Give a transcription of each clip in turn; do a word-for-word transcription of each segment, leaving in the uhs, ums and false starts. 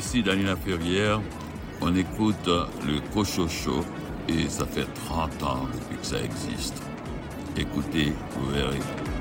Ici Daniela Ferrière, on écoute le Cochocho et ça fait trente ans depuis que ça existe. Écoutez, vous verrez.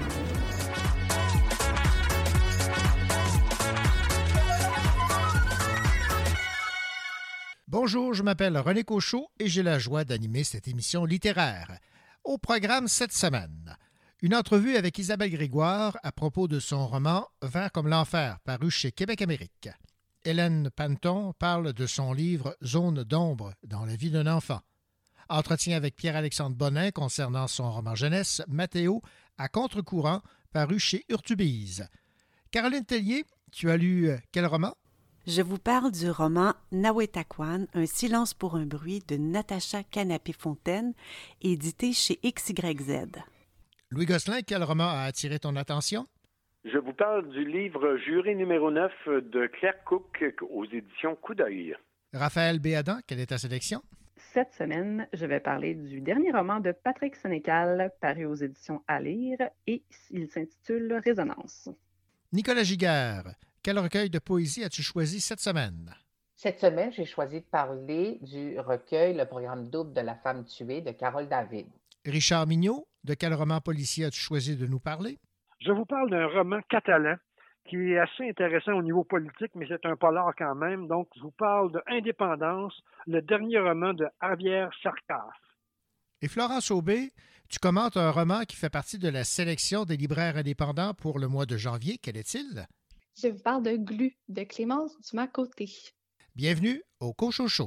Bonjour, je m'appelle René Cochot et j'ai la joie d'animer cette émission littéraire. Au programme cette semaine, une entrevue avec Isabelle Grégoire à propos de son roman « Vert comme l'enfer » paru chez Québec Amérique. Hélène Panton parle de son livre « Zone d'ombre dans la vie d'un enfant ». Entretien avec Pierre-Alexandre Bonin concernant son roman jeunesse « Mathéo à contre-courant » paru chez Urtubise. Caroline Tellier, tu as lu quel roman? Je vous parle du roman Nawetakwan, Un silence pour un bruit de Natacha Canapé-Fontaine, édité chez X Y Z. Louis Gosselin, quel roman a attiré ton attention? Je vous parle du livre Juré numéro neuf de Claire Cook aux éditions Coup d'œil. Raphaël Béadan, quelle est ta sélection? Cette semaine, je vais parler du dernier roman de Patrick Sénécal, paru aux éditions À lire, et il s'intitule Résonance. Nicolas Giguère, quel recueil de poésie as-tu choisi cette semaine? Cette semaine, j'ai choisi de parler du recueil Le programme double de la femme tuée de Carole David. Richard Mignot, de quel roman policier as-tu choisi de nous parler? Je vous parle d'un roman catalan qui est assez intéressant au niveau politique, mais c'est un polar quand même. Donc, je vous parle de Indépendance, le dernier roman de Javier Cercas. Et Florence Aubé, tu commentes un roman qui fait partie de la sélection des libraires indépendants pour le mois de janvier. Quel est-il? Je vous parle de Glu, de Clémence Dumas-Côté. Bienvenue au Cochocho.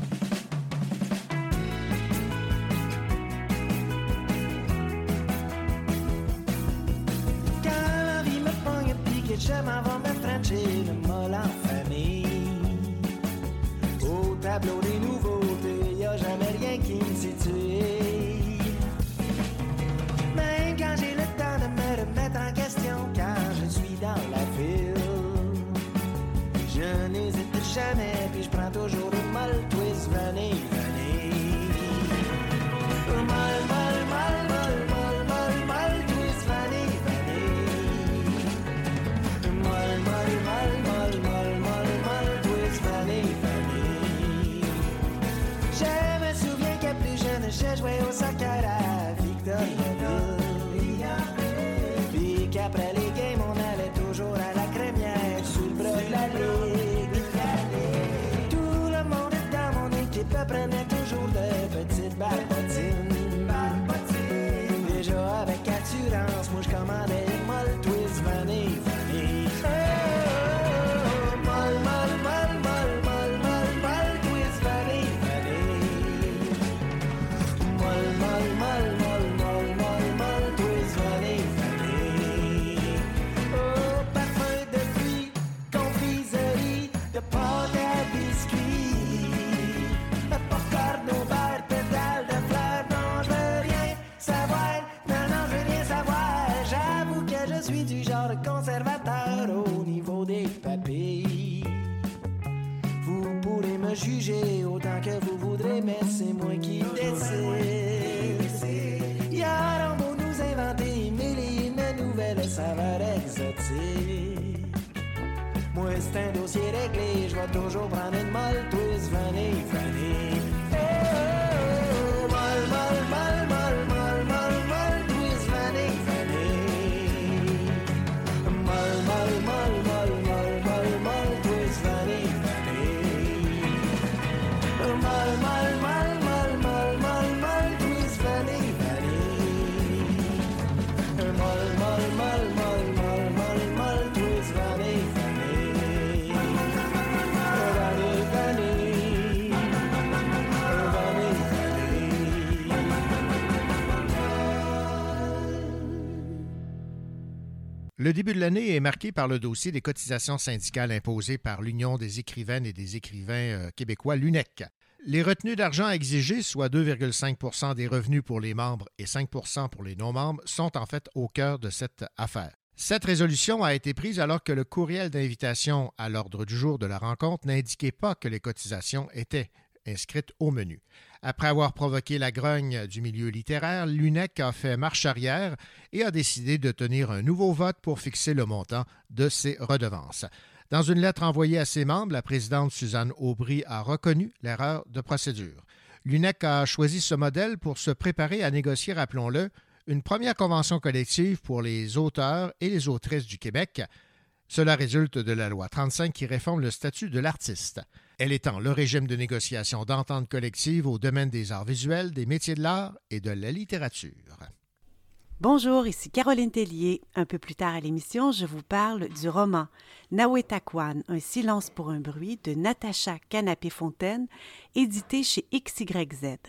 Quand la vie me pogne et que je m'en vais me frencher le molle en famille. Au tableau des nouveautés, y a jamais rien qui me situe. Même quand j'ai le temps de me remettre en question, quand je suis dans la ville, je n'hésite jamais, puis je prends toujours le mal twist, venez, venez. Mal, mal, mal, mal, mal, mal, mal, twist, venez, venez. Mal, mal, mal, mal, mal, mal, mal, twist, venez, venez. Je me souviens que plus jeune, je jouais au soccer à Victoriaville. Puis qu'après les games, on allait toujours à la crémière sous le bras de la ligue. Tout le monde dans mon équipe prenait toujours de petites barbotines. Déjà avec assurance, moi je commandais une molle twist, venez, venez. Oh, molle, molle, molle, molle, molle, molle, molle, twist, venez, venez. Molle, molle, molle, molle, molle, molle, molle, twist, venez, venez. Oh, parfum de fruits, confiserie, de pâte à biscuits. Popcorn au beurre, pétales de fleurs, non, je veux rien savoir, non, non, je veux rien savoir. J'avoue que je suis du genre conservateur au niveau des papilles. Vous pourrez me juger autant que vous voudrez, mais c'est moi qui décide. Y aura beau nous inventer mille et une nouvelles saveurs exotiques. Moi, c'est un dossier réglé, je vais toujours prendre une molle twist, venez, venez. Oh, oh, oh, molle, molle, molle, molle, molle, molle, molle, twist, venez, venez. Molle, molle, molle, molle, molle, molle, molle, twist, venez, venez. Molle, molle, molle, molle, molle, molle, molle, twist, venez, venez. Molle, molle, molle, molle, molle, molle, molle, twist, venez, venez. Venez, venez. Le début de l'année est marqué par le dossier des cotisations syndicales imposées par l'Union des écrivaines et des écrivains euh, québécois, l'U N E C. Les retenues d'argent exigées, soit deux virgule cinq pour cent des revenus pour les membres et cinq pour cent pour les non-membres, sont en fait au cœur de cette affaire. Cette résolution a été prise alors que le courriel d'invitation à l'ordre du jour de la rencontre n'indiquait pas que les cotisations étaient inscrites au menu. Après avoir provoqué la grogne du milieu littéraire, l'U N E C a fait marche arrière et a décidé de tenir un nouveau vote pour fixer le montant de ces redevances. Dans une lettre envoyée à ses membres, la présidente Suzanne Aubry a reconnu l'erreur de procédure. L'U N E C a choisi ce modèle pour se préparer à négocier, rappelons-le, une première convention collective pour les auteurs et les autrices du Québec. Cela résulte de la loi trente-cinq qui réforme le statut de l'artiste. Elle étend le régime de négociation d'entente collective au domaine des arts visuels, des métiers de l'art et de la littérature. Bonjour, ici Caroline Tellier. Un peu plus tard à l'émission, je vous parle du roman Nawetakwan, un silence pour un bruit de Natacha Canapé-Fontaine, édité chez X Y Z.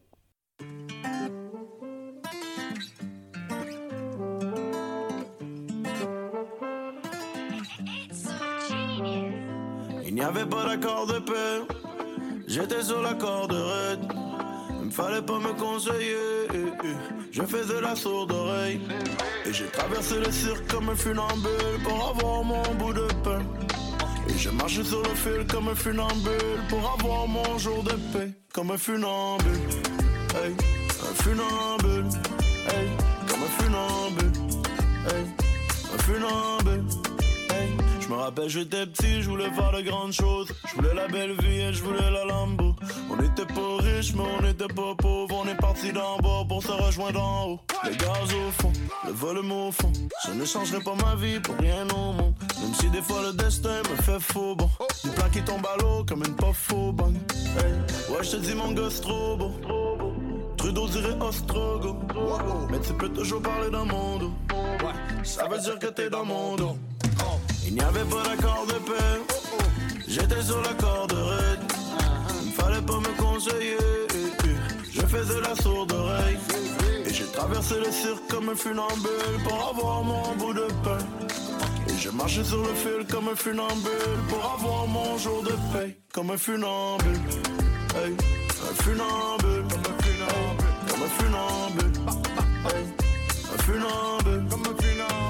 Il n'y avait pas d'accord de paix, j'étais sur la corde raide. Il me fallait pas me conseiller, je faisais la sourde oreille. Et j'ai traversé le cirque comme un funambule pour avoir mon bout de pain. Et je marchais sur le fil comme un funambule pour avoir mon jour de paix. Comme un funambule, hey, un funambule, hey, comme un funambule, hey, un funambule. Je me rappelle, j'étais petit, je voulais faire de grandes choses. Je voulais la belle vie et je voulais la Lambo. On était pas riches, mais on était pas pauvres. On est parti d'en bas pour se rejoindre en haut. Les gaz au fond, le volume au fond. Je ne changerai pas ma vie pour rien au monde. Même si des fois le destin me fait faux bon. Des plans qui tombent à l'eau comme une puff faux bonne. Hey. Ouais, je te dis mon gars, c'est trop beau. Trudeau dirait Ostrogo. Mais tu peux toujours parler dans mon dos. Ça veut dire que t'es dans mon dos. Il n'y avait pas d'accord de paix, j'étais sur la corde raide. Il ne fallait pas me conseiller, je faisais la sourde oreille. Et j'ai traversé le cirque comme un funambule pour avoir mon bout de pain. Et je marchais sur le fil comme un funambule pour avoir mon jour de paix. Comme un funambule, hey, un funambule, comme un funambule, comme un funambule, hey, un funambule, comme un funambule.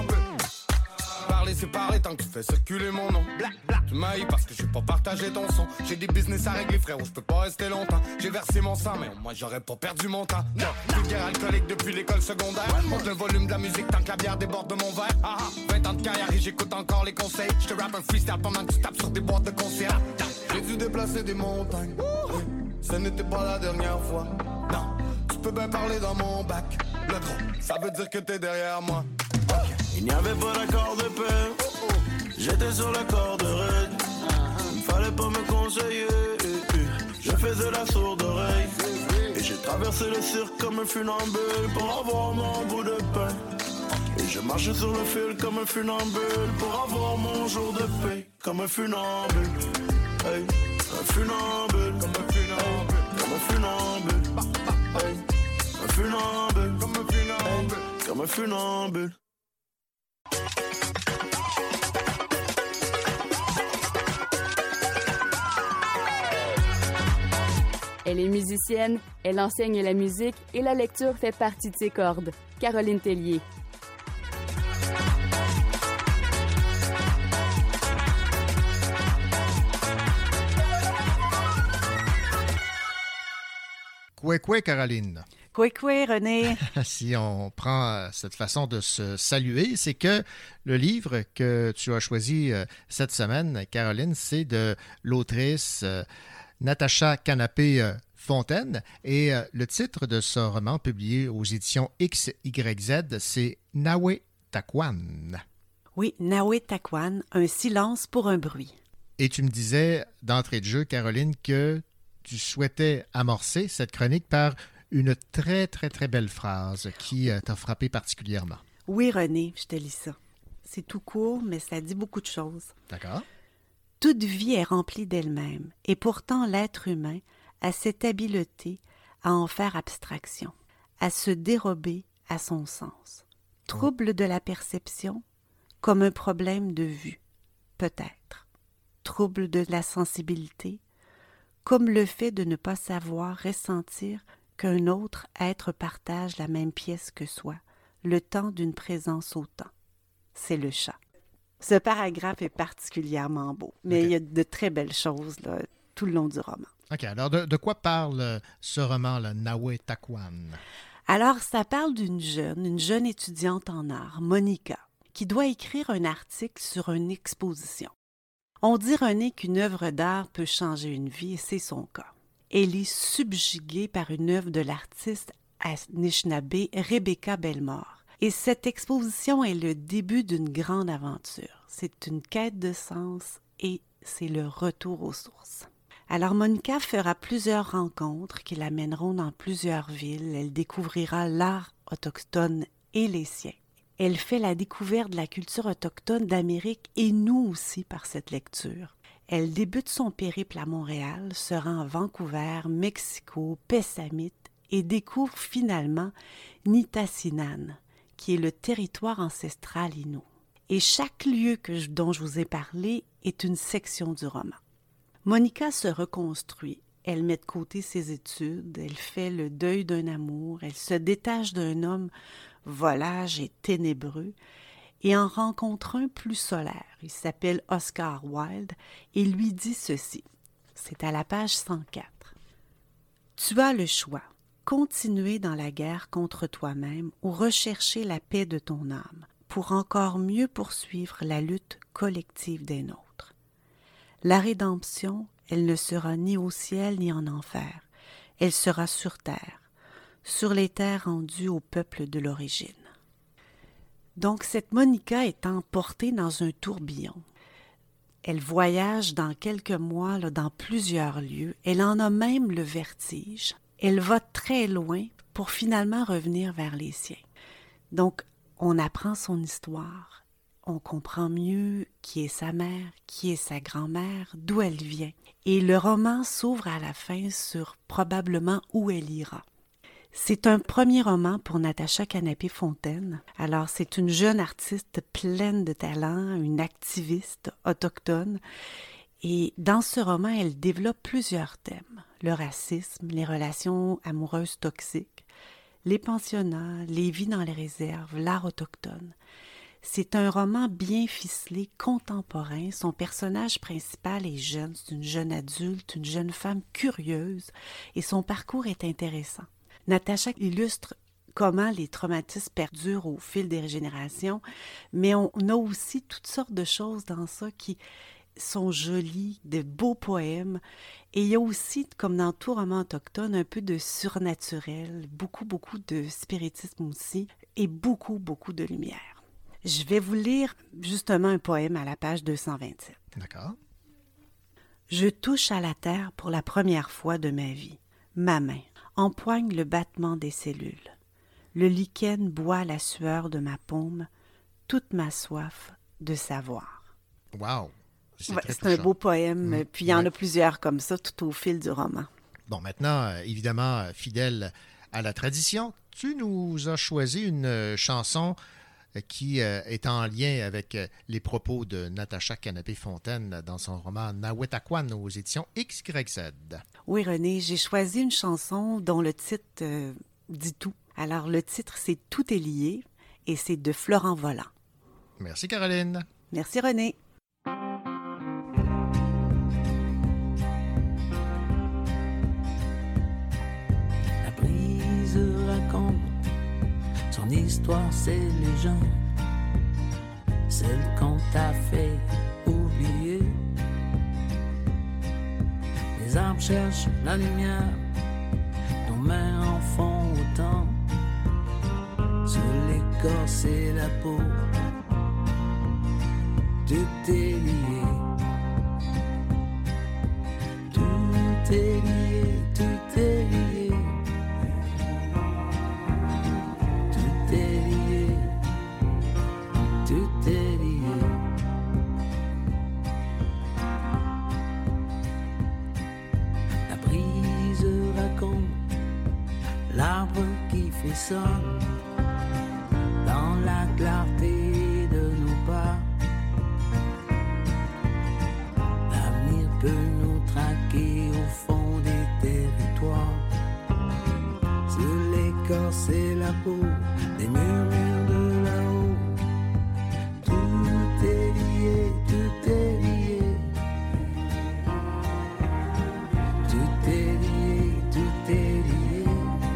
Parler c'est parler tant que tu fais circuler mon nom. Black, black. Tu m'haïs parce que j'ai pas partagé ton son. J'ai des business à régler frérot, je peux pas rester longtemps. J'ai versé mon sang mais moi j'aurais pas perdu mon temps. Non, plus guerre alcoolique depuis l'école secondaire. Monte le volume de la musique tant que la bière déborde de mon verre. Ah ah, vingt ans de carrière et j'écoute encore les conseils. Je te rappe un freestyle pendant que tu tapes sur des boîtes de concert. J'ai dû déplacer des montagnes, ce n'était pas la dernière fois. Non, tu peux bien parler dans mon bac. Le gros, ça veut dire que t'es derrière moi. Il n'y avait pas d'accord de paix, j'étais sur la corde raide. Il ne fallait pas me conseiller, je faisais la sourde oreille. Et j'ai traversé le cirque comme un funambule pour avoir mon bout de pain. Et je marchais sur le fil comme un funambule pour avoir mon jour de paix. Comme un funambule, hey, un funambule, comme un funambule, comme un funambule, hey, un funambule, comme un funambule, hey, comme un funambule. Elle est musicienne, elle enseigne la musique et la lecture fait partie de ses cordes. Caroline Tellier. Koué koué, Caroline. Koué koué, René. Si on prend cette façon de se saluer, c'est que le livre que tu as choisi cette semaine, Caroline, c'est de l'autrice Natacha Canapé-Fontaine. Et le titre de ce roman publié aux éditions X Y Z, c'est Nawetakwan. Oui, Nawetakwan, un silence pour un bruit. Et tu me disais d'entrée de jeu, Caroline, que tu souhaitais amorcer cette chronique par une très, très, très belle phrase qui t'a frappé particulièrement. Oui, René, je te lis ça. C'est tout court, mais ça dit beaucoup de choses. D'accord. Toute vie est remplie d'elle-même, et pourtant l'être humain a cette habileté à en faire abstraction, à se dérober à son sens. Trouble de la perception, comme un problème de vue, peut-être. Trouble de la sensibilité, comme le fait de ne pas savoir ressentir qu'un autre être partage la même pièce que soi, le temps d'une présence au temps. C'est le chat. Ce paragraphe est particulièrement beau, mais okay. Il y a de très belles choses là, tout le long du roman. OK. Alors, de, de quoi parle ce roman, là, Nawetakwan? Alors, ça parle d'une jeune, une jeune étudiante en art, Monica, qui doit écrire un article sur une exposition. On dit, René, qu'une œuvre d'art peut changer une vie, et c'est son cas. Elle est subjuguée par une œuvre de l'artiste Anishinaabe Rebecca Bellemare. Et cette exposition est le début d'une grande aventure. C'est une quête de sens et c'est le retour aux sources. Alors Monica fera plusieurs rencontres qui l'amèneront dans plusieurs villes. Elle découvrira l'art autochtone et les siens. Elle fait la découverte de la culture autochtone d'Amérique et nous aussi par cette lecture. Elle débute son périple à Montréal, se rend à Vancouver, Mexico, Pessamit et découvre finalement Nitassinan, qui est le territoire ancestral Innu. Et chaque lieu que je, dont je vous ai parlé est une section du roman. Monica se reconstruit. Elle met de côté ses études, elle fait le deuil d'un amour, elle se détache d'un homme volage et ténébreux et en rencontre un plus solaire. Il s'appelle Oscar Wilde et lui dit ceci. C'est à la page cent quatre. « Tu as le choix. Continuer dans la guerre contre toi-même ou rechercher la paix de ton âme pour encore mieux poursuivre la lutte collective des nôtres. La rédemption, elle ne sera ni au ciel ni en enfer. Elle sera sur terre, sur les terres rendues au peuple de l'origine. » Donc, cette Monica est emportée dans un tourbillon. Elle voyage dans quelques mois là, dans plusieurs lieux. Elle en a même le vertige. Elle va très loin pour finalement revenir vers les siens. Donc, on apprend son histoire, on comprend mieux qui est sa mère, qui est sa grand-mère, d'où elle vient. Et le roman s'ouvre à la fin sur probablement où elle ira. C'est un premier roman pour Natacha Canapé-Fontaine. Alors, c'est une jeune artiste pleine de talent, une activiste autochtone. Et dans ce roman, elle développe plusieurs thèmes. Le racisme, les relations amoureuses toxiques, les pensionnats, les vies dans les réserves, l'art autochtone. C'est un roman bien ficelé, contemporain. Son personnage principal est jeune, c'est une jeune adulte, une jeune femme curieuse, et son parcours est intéressant. Natacha illustre comment les traumatismes perdurent au fil des générations, mais on a aussi toutes sortes de choses dans ça qui sont jolies, de beaux poèmes. Et il y a aussi, comme dans tout roman autochtone, un peu de surnaturel, beaucoup, beaucoup de spiritisme aussi, et beaucoup, beaucoup de lumière. Je vais vous lire justement un poème à la page deux cent vingt-sept. D'accord. « Je touche à la terre pour la première fois de ma vie. Ma main empoigne le battement des cellules. Le lichen boit la sueur de ma paume, toute ma soif de savoir. » Wow! C'est, ouais, très c'est un beau poème, mmh. Puis il y en ouais. a plusieurs comme ça tout au fil du roman. Bon, maintenant, évidemment, fidèle à la tradition, tu nous as choisi une chanson qui est en lien avec les propos de Natacha Canapé-Fontaine dans son roman Nawetaquan aux éditions X Y Z. Oui, René, j'ai choisi une chanson dont le titre euh, dit tout. Alors, le titre, c'est « Tout est lié » et c'est de Florent Volant. Merci, Caroline. Merci, René. La brise raconte son histoire, ses légendes, celle qu'on t'a fait oublier. Les arbres cherchent la lumière, nos mains en font autant. Sur l'écorce et la peau, tout est lié. Tout est lié, tout est lié. Tout est lié, tout est lié. La brise raconte l'arbre qui frissonne dans la clarté de nos pas. L'avenir peut nous traquer au fond des territoires. Sur l'écorce et la peau, des murmures de là-haut. Tout est lié, tout est lié. Tout est lié, tout est lié.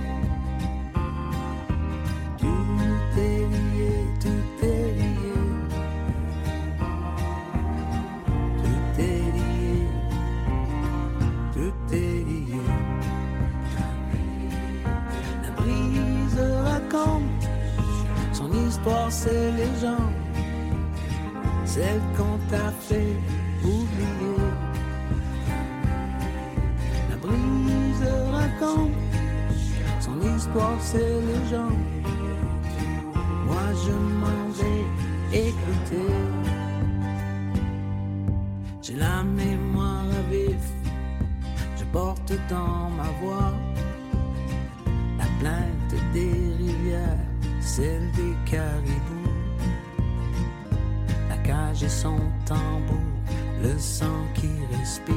Tout est lié, tout est lié. Tout est Son histoire, ses légendes, celle qu'on t'a fait oublier. La brise raconte son histoire, ses légendes. Moi je m'en vais écouter. J'ai la mémoire à vif, je porte dans ma voix la plainte des rivières, celle des caribous. La cage et son tambour, le sang qui respire,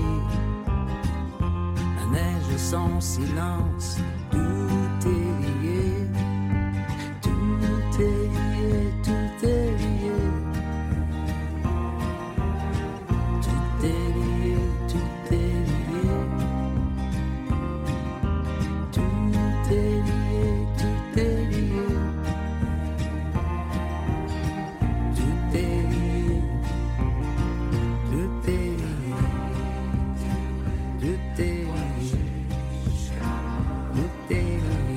la neige et son silence, tout est lié, tout est lié, tout est lié. Tout est lié, tout est lié. Tout est lié, tout est lié. Tout est lié, tout est lié. Tout est lié, tout est lié.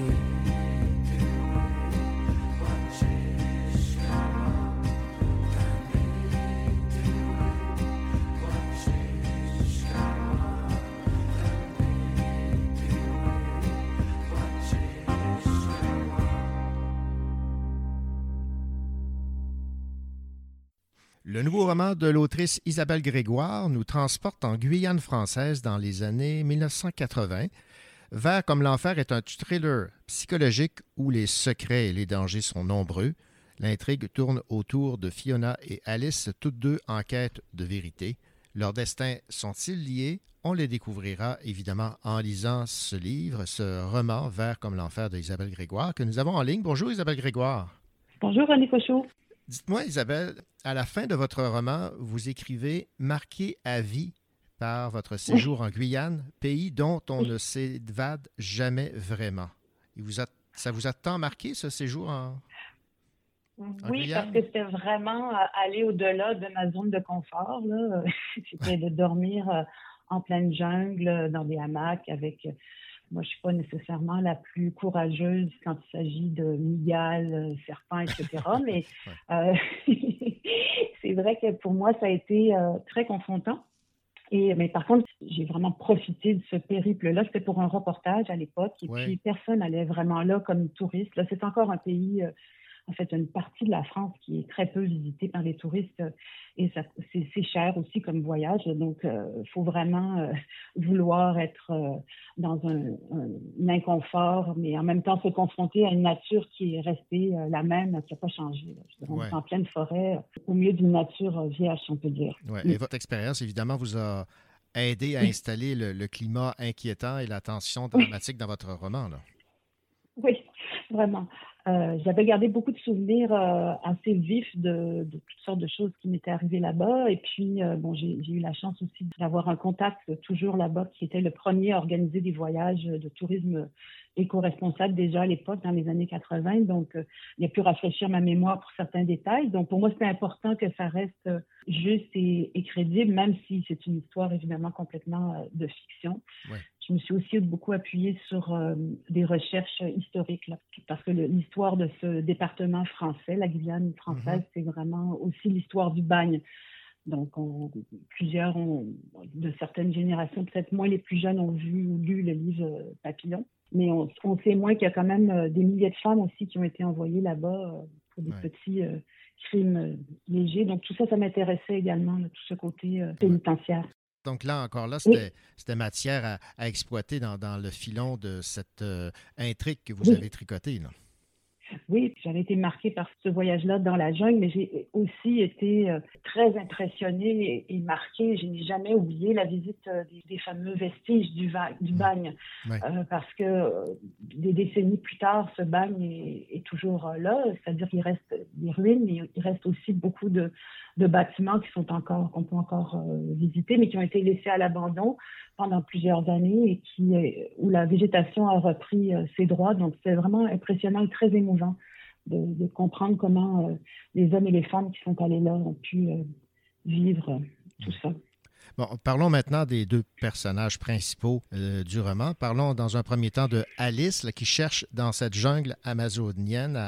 Le nouveau roman de l'autrice Isabelle Grégoire nous transporte en Guyane française dans les années mille neuf cent quatre-vingts. Vert comme l'enfer est un thriller psychologique où les secrets et les dangers sont nombreux. L'intrigue tourne autour de Fiona et Alice, toutes deux en quête de vérité. Leurs destins sont-ils liés? On les découvrira évidemment en lisant ce livre, ce roman Vert comme l'enfer d'Isabelle Grégoire que nous avons en ligne. Bonjour Isabelle Grégoire. Bonjour René Cochot. Dites-moi Isabelle, à la fin de votre roman, vous écrivez « Marqué à vie par votre séjour en Guyane, pays dont on ne s'évade jamais vraiment ». Il vous a, ça vous a tant marqué ce séjour en, en Oui, Guyane? parce que c'était vraiment euh, aller au-delà de ma zone de confort, là. C'était de dormir euh, en pleine jungle, dans des hamacs avec... Moi, je ne suis pas nécessairement la plus courageuse quand il s'agit de migales, serpents, et cetera. Mais euh, c'est vrai que pour moi, ça a été euh, très confrontant. Et, mais par contre, j'ai vraiment profité de ce périple-là. C'était pour un reportage à l'époque. Et ouais. puis, personne n'allait vraiment là comme touriste. Là, c'est encore un pays... Euh, en fait, une partie de la France qui est très peu visitée par les touristes et ça, c'est, c'est cher aussi comme voyage. Donc, il euh, faut vraiment euh, vouloir être euh, dans un, un, un inconfort, mais en même temps se confronter à une nature qui est restée euh, la même, qui n'a pas changé. Je dirais, ouais. On est en pleine forêt, euh, au milieu d'une nature euh, vierge, on peut dire. Ouais. Et votre expérience, évidemment, vous a aidé à oui. installer le, le climat inquiétant et la tension dramatique oui. dans votre roman, là. Oui, vraiment. Euh, j'avais gardé beaucoup de souvenirs euh, assez vifs de, de toutes sortes de choses qui m'étaient arrivées là-bas. Et puis, euh, bon, j'ai, j'ai eu la chance aussi d'avoir un contact toujours là-bas qui était le premier à organiser des voyages de tourisme éco-responsable déjà à l'époque, dans les années quatre-vingts. Donc, euh, il a pu rafraîchir ma mémoire pour certains détails. Donc, pour moi, c'était important que ça reste juste et, et crédible, même si c'est une histoire évidemment complètement euh, de fiction. Ouais. Je me suis aussi beaucoup appuyée sur euh, des recherches historiques, là, parce que le, l'histoire de ce département français, la Guyane française, mm-hmm. c'est vraiment aussi l'histoire du bagne. Donc, on, plusieurs ont, de certaines générations, peut-être moins les plus jeunes, ont vu ou lu le livre euh, Papillon. Mais on, on sait moins qu'il y a quand même euh, des milliers de femmes aussi qui ont été envoyées là-bas euh, pour des ouais. petits euh, crimes euh, légers. Donc, tout ça, ça m'intéressait également, là, tout ce côté euh, pénitentiaire. Donc là, encore là, c'était, oui. c'était matière à, à exploiter dans, dans le filon de cette euh, intrigue que vous oui. avez tricotée, là. Oui, j'avais été marquée par ce voyage-là dans la jungle, mais j'ai aussi été euh, très impressionnée et, et marquée. Je n'ai jamais oublié la visite euh, des, des fameux vestiges du, va- du bagne, ouais. euh, parce que euh, des décennies plus tard, ce bagne est, est toujours euh, là, c'est-à-dire qu'il reste des ruines, mais il reste aussi beaucoup de, de bâtiments qui sont encore, qu'on peut encore euh, visiter, mais qui ont été laissés à l'abandon pendant plusieurs années et qui, où la végétation a repris euh, ses droits. Donc, c'est vraiment impressionnant et très émouvant de, de comprendre comment euh, les hommes et les femmes qui sont allés là ont pu euh, vivre euh, tout ça. Bon, parlons maintenant des deux personnages principaux euh, du roman. Parlons dans un premier temps de Alice, là, qui cherche dans cette jungle amazonienne à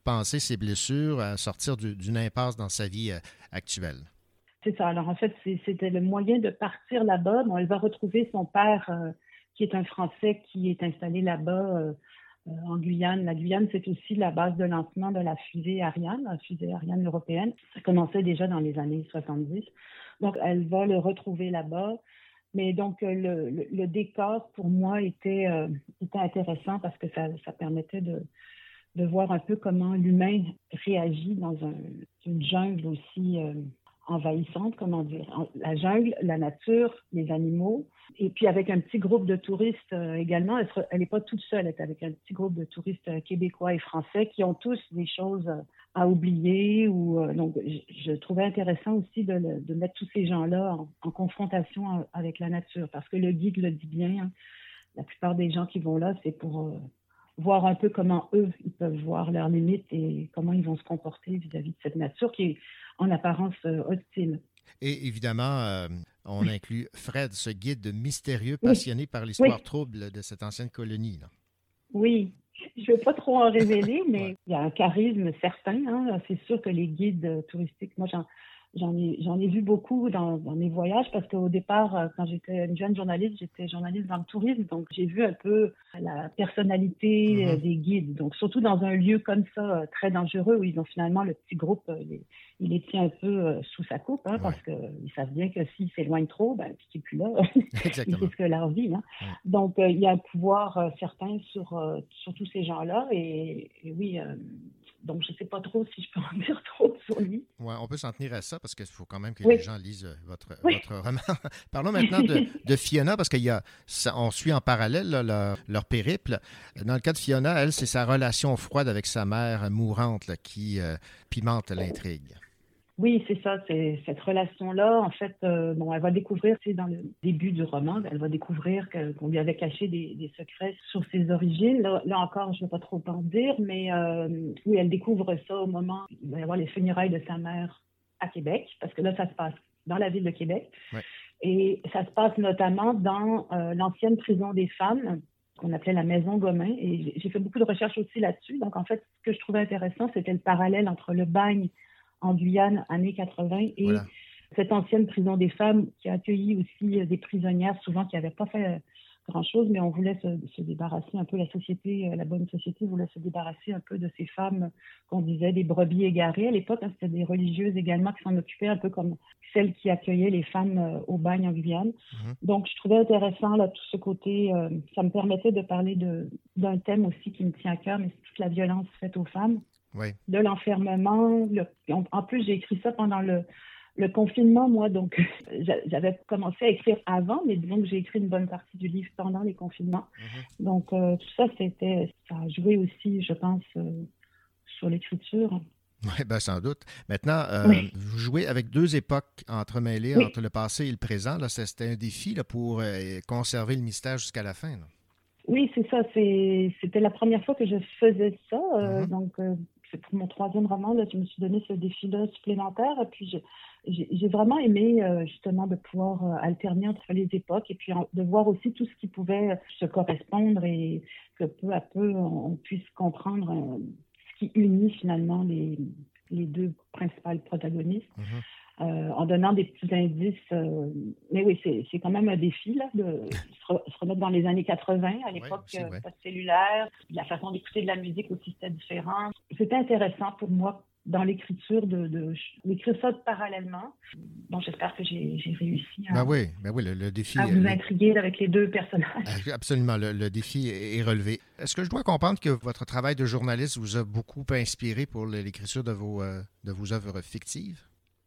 surpenser ses blessures, à sortir du- d'une impasse dans sa vie euh, actuelle. C'est ça. Alors, en fait, c'est- c'était le moyen de partir là-bas. Bon, elle va retrouver son père, euh, qui est un Français qui est installé là-bas euh, euh, en Guyane. La Guyane, c'est aussi la base de lancement de la fusée Ariane, la fusée Ariane européenne. Ça commençait déjà dans les années soixante-dix. Donc, elle va le retrouver là-bas. Mais donc, euh, le, le, le décor, pour moi, était, euh, était intéressant parce que ça, ça permettait de, de voir un peu comment l'humain réagit dans un, une jungle aussi euh, envahissante, comment dire. En- La jungle, la nature, les animaux. Et puis, avec un petit groupe de touristes euh, également. Elle n'est pas toute seule, elle est avec un petit groupe de touristes euh, québécois et français qui ont tous des choses euh, à oublier. Ou, euh, donc, je, je trouvais intéressant aussi de, le- de mettre tous ces gens-là en, en confrontation euh, avec la nature. Parce que le guide le dit bien, hein, la plupart des gens qui vont là, c'est pour euh, voir un peu comment eux, ils peuvent voir leurs limites et comment ils vont se comporter vis-à-vis de cette nature qui est en apparence euh, hostile. Et évidemment, euh, on inclut Fred, ce guide mystérieux Oui. passionné par l'histoire Oui. trouble de cette ancienne colonie, là. Oui, je ne veux pas trop en révéler, mais il y a un charisme certain. Hein. C'est sûr que les guides euh, touristiques, moi j'en, j'en ai, j'en ai vu beaucoup dans, dans mes voyages parce qu'au départ, euh, quand j'étais une jeune journaliste, j'étais journaliste dans le tourisme, donc j'ai vu un peu la personnalité euh, Mhm. des guides. Donc surtout dans un lieu comme ça, euh, très dangereux, où ils ont finalement le petit groupe, euh, les- il les tient un peu euh, sous sa coupe, hein, parce qu'ils savent bien que s'ils s'éloignent trop, ben, puis qu'ils ne sont plus là, ils Exactement. risquent leur vie. Hein. Ouais. Donc, euh, il y a un pouvoir euh, certain sur, euh, sur tous ces gens-là. Et, et oui, euh, donc je ne sais pas trop si je peux en dire trop sur lui. Ouais, on peut s'en tenir à ça parce qu'il faut quand même que Oui. les gens lisent euh, votre, Oui. votre roman. Parlons maintenant de, de Fiona parce qu'il y a, ça- on suit en parallèle là, leur, leur périple. Dans le cas de Fiona, elle, c'est sa relation froide avec sa mère mourante là, qui euh, pimente l'intrigue. Oui, c'est ça, c'est cette relation-là. En fait, euh, bon, elle va découvrir, c'est dans le début du roman, elle va découvrir que- qu'on lui avait caché des, des secrets sur ses origines. Là, là encore, je ne vais pas trop en dire, mais euh, oui, elle découvre ça au moment où il va y avoir les funérailles de sa mère à Québec, parce que là, ça se passe dans la ville de Québec. Ouais. Et ça se passe notamment dans euh, l'ancienne prison des femmes, qu'on appelait la Maison Gomain. Et j'ai- j'ai fait beaucoup de recherches aussi là-dessus. Donc, en fait, ce que je trouvais intéressant, c'était le parallèle entre le bagne en Guyane, années quatre-vingt, et Voilà. cette ancienne prison des femmes qui a accueilli aussi euh, des prisonnières, souvent qui n'avaient pas fait euh, grand-chose, mais on voulait se, se débarrasser un peu, la société, euh, la bonne société voulait se débarrasser un peu de ces femmes qu'on disait des brebis égarées à l'époque. Hein, c'était des religieuses également qui s'en occupaient, un peu comme celles qui accueillaient les femmes euh, au bagne en Guyane. Mhm. Donc, je trouvais intéressant là, tout ce côté, euh, ça me permettait de parler de, d'un thème aussi qui me tient à cœur, mais c'est toute la violence faite aux femmes. Oui. De l'enfermement. Le- en, en plus, j'ai écrit ça pendant le, le confinement, moi, donc j'a- j'avais commencé à écrire avant, mais disons que j'ai écrit une bonne partie du livre pendant les confinements. Mhm. Donc, euh, tout ça, c'était, ça a joué aussi, je pense, euh, sur l'écriture. Oui, ben, sans doute. Maintenant, euh, Oui. vous jouez avec deux époques entremêlées Oui. entre le passé et le présent. Là, c'était un défi là, pour euh, conserver le mystère jusqu'à la fin. Là. Oui, c'est ça. C'est, c'était la première fois que je faisais ça. euh, Mhm. Donc, euh, c'est pour mon troisième roman, là, je me suis donné ce défi-là supplémentaire. Et puis, je- j'ai, j'ai vraiment aimé, euh, justement, de pouvoir euh, alterner entre les époques et puis en- de voir aussi tout ce qui pouvait se correspondre et que peu à peu, on, on puisse comprendre euh, ce qui unit finalement les, les deux principales protagonistes. Mhm. Euh, en donnant des petits indices. euh, mais oui, c'est, c'est quand même un défi là, de se, re- se remettre dans les années quatre-vingt. À l'époque, aussi, euh, ouais. pas de cellulaire, la façon d'écouter de la musique aussi, c'était différent. C'était intéressant pour moi dans l'écriture de, de, d'écrire ça parallèlement. Bon, j'espère que j'ai, j'ai réussi à, Ben oui, ben oui, le, le défi. à vous le- intriguer avec les deux personnages. Absolument, le, le défi est est relevé. Est-ce que je dois comprendre que votre travail de journaliste vous a beaucoup inspiré pour l'écriture de vos, euh, de vos œuvres fictives?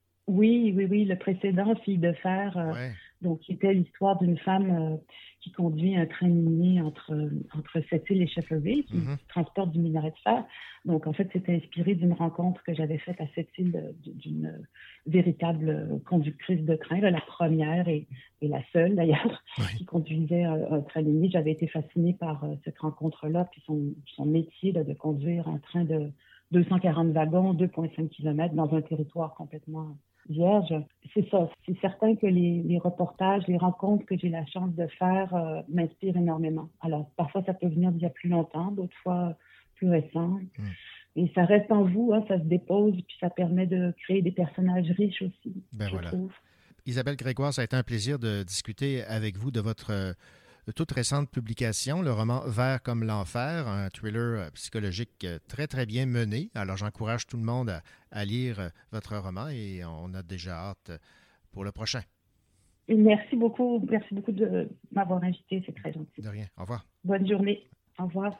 Oui, oui, oui. Le précédent, Fille de fer, euh, Ouais. donc qui était l'histoire d'une femme euh, qui conduit un train minier entre, euh, entre Sept-Îles et Shefferville, qui Mhm. transporte du minerai de fer. Donc, en fait, c'était inspiré d'une rencontre que j'avais faite à Sept-Îles euh, d'une euh, véritable euh, conductrice de train, là, la première et, et la seule d'ailleurs, Oui. qui conduisait un, un train minier. J'avais été fascinée par euh, cette rencontre-là, puis son, son métier là, de conduire un train de deux cent quarante wagons, deux virgule cinq kilomètres dans un territoire complètement vierge. C'est ça. C'est certain que les, les reportages, les rencontres que j'ai la chance de faire euh, m'inspirent énormément. Alors, parfois, ça peut venir d'il y a plus longtemps, d'autres fois plus récent. Mm. et ça reste en vous, hein, ça se dépose, puis ça permet de créer des personnages riches aussi, ben je voilà. trouve. Isabelle Grégoire, ça a été un plaisir de discuter avec vous de votre euh, toute récente publication, le roman Vert comme l'enfer, un thriller euh, psychologique euh, très, très bien mené. Alors, j'encourage tout le monde à, à lire euh, votre roman et on a déjà hâte pour le prochain. Merci beaucoup. Merci beaucoup de m'avoir invité. C'est très gentil. De rien. Au revoir. Bonne journée. Au revoir.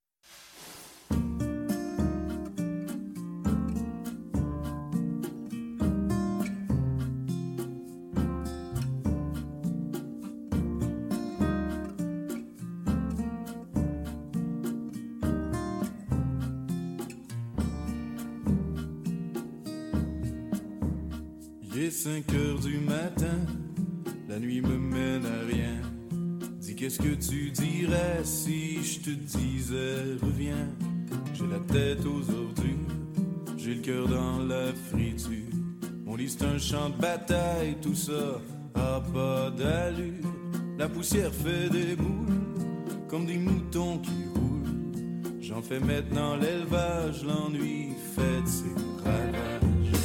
Il est cinq heures du matin, la nuit me mène à rien. Dis qu'est-ce que tu dirais si je te disais reviens. J'ai la tête aux ordures, j'ai le cœur dans la friture. Mon lit c'est un champ de bataille, tout ça a pas d'allure. La poussière fait des boules, comme des moutons qui roulent. J'en fais maintenant l'élevage, l'ennui fait de ses ravages.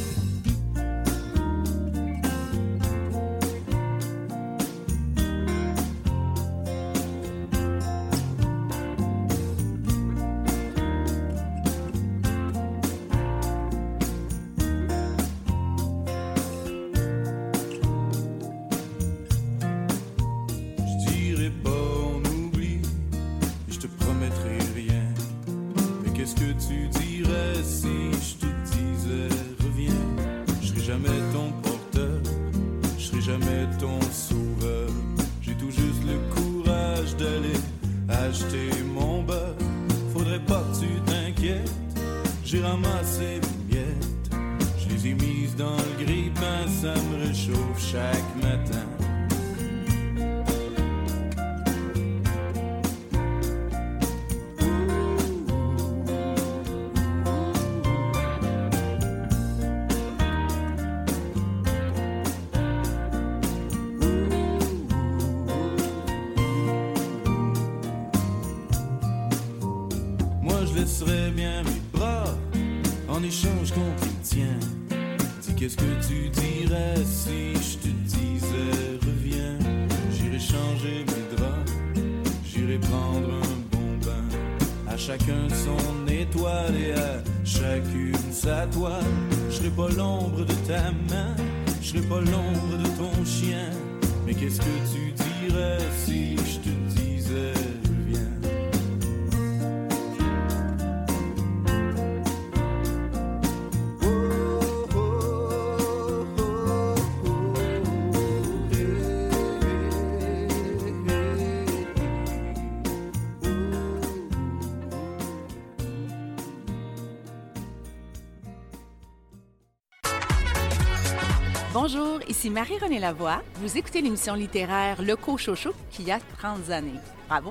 Bonjour, ici Marie-Renée Lavoie. Vous écoutez l'émission littéraire Le Cochocho qui a trente années. Bravo!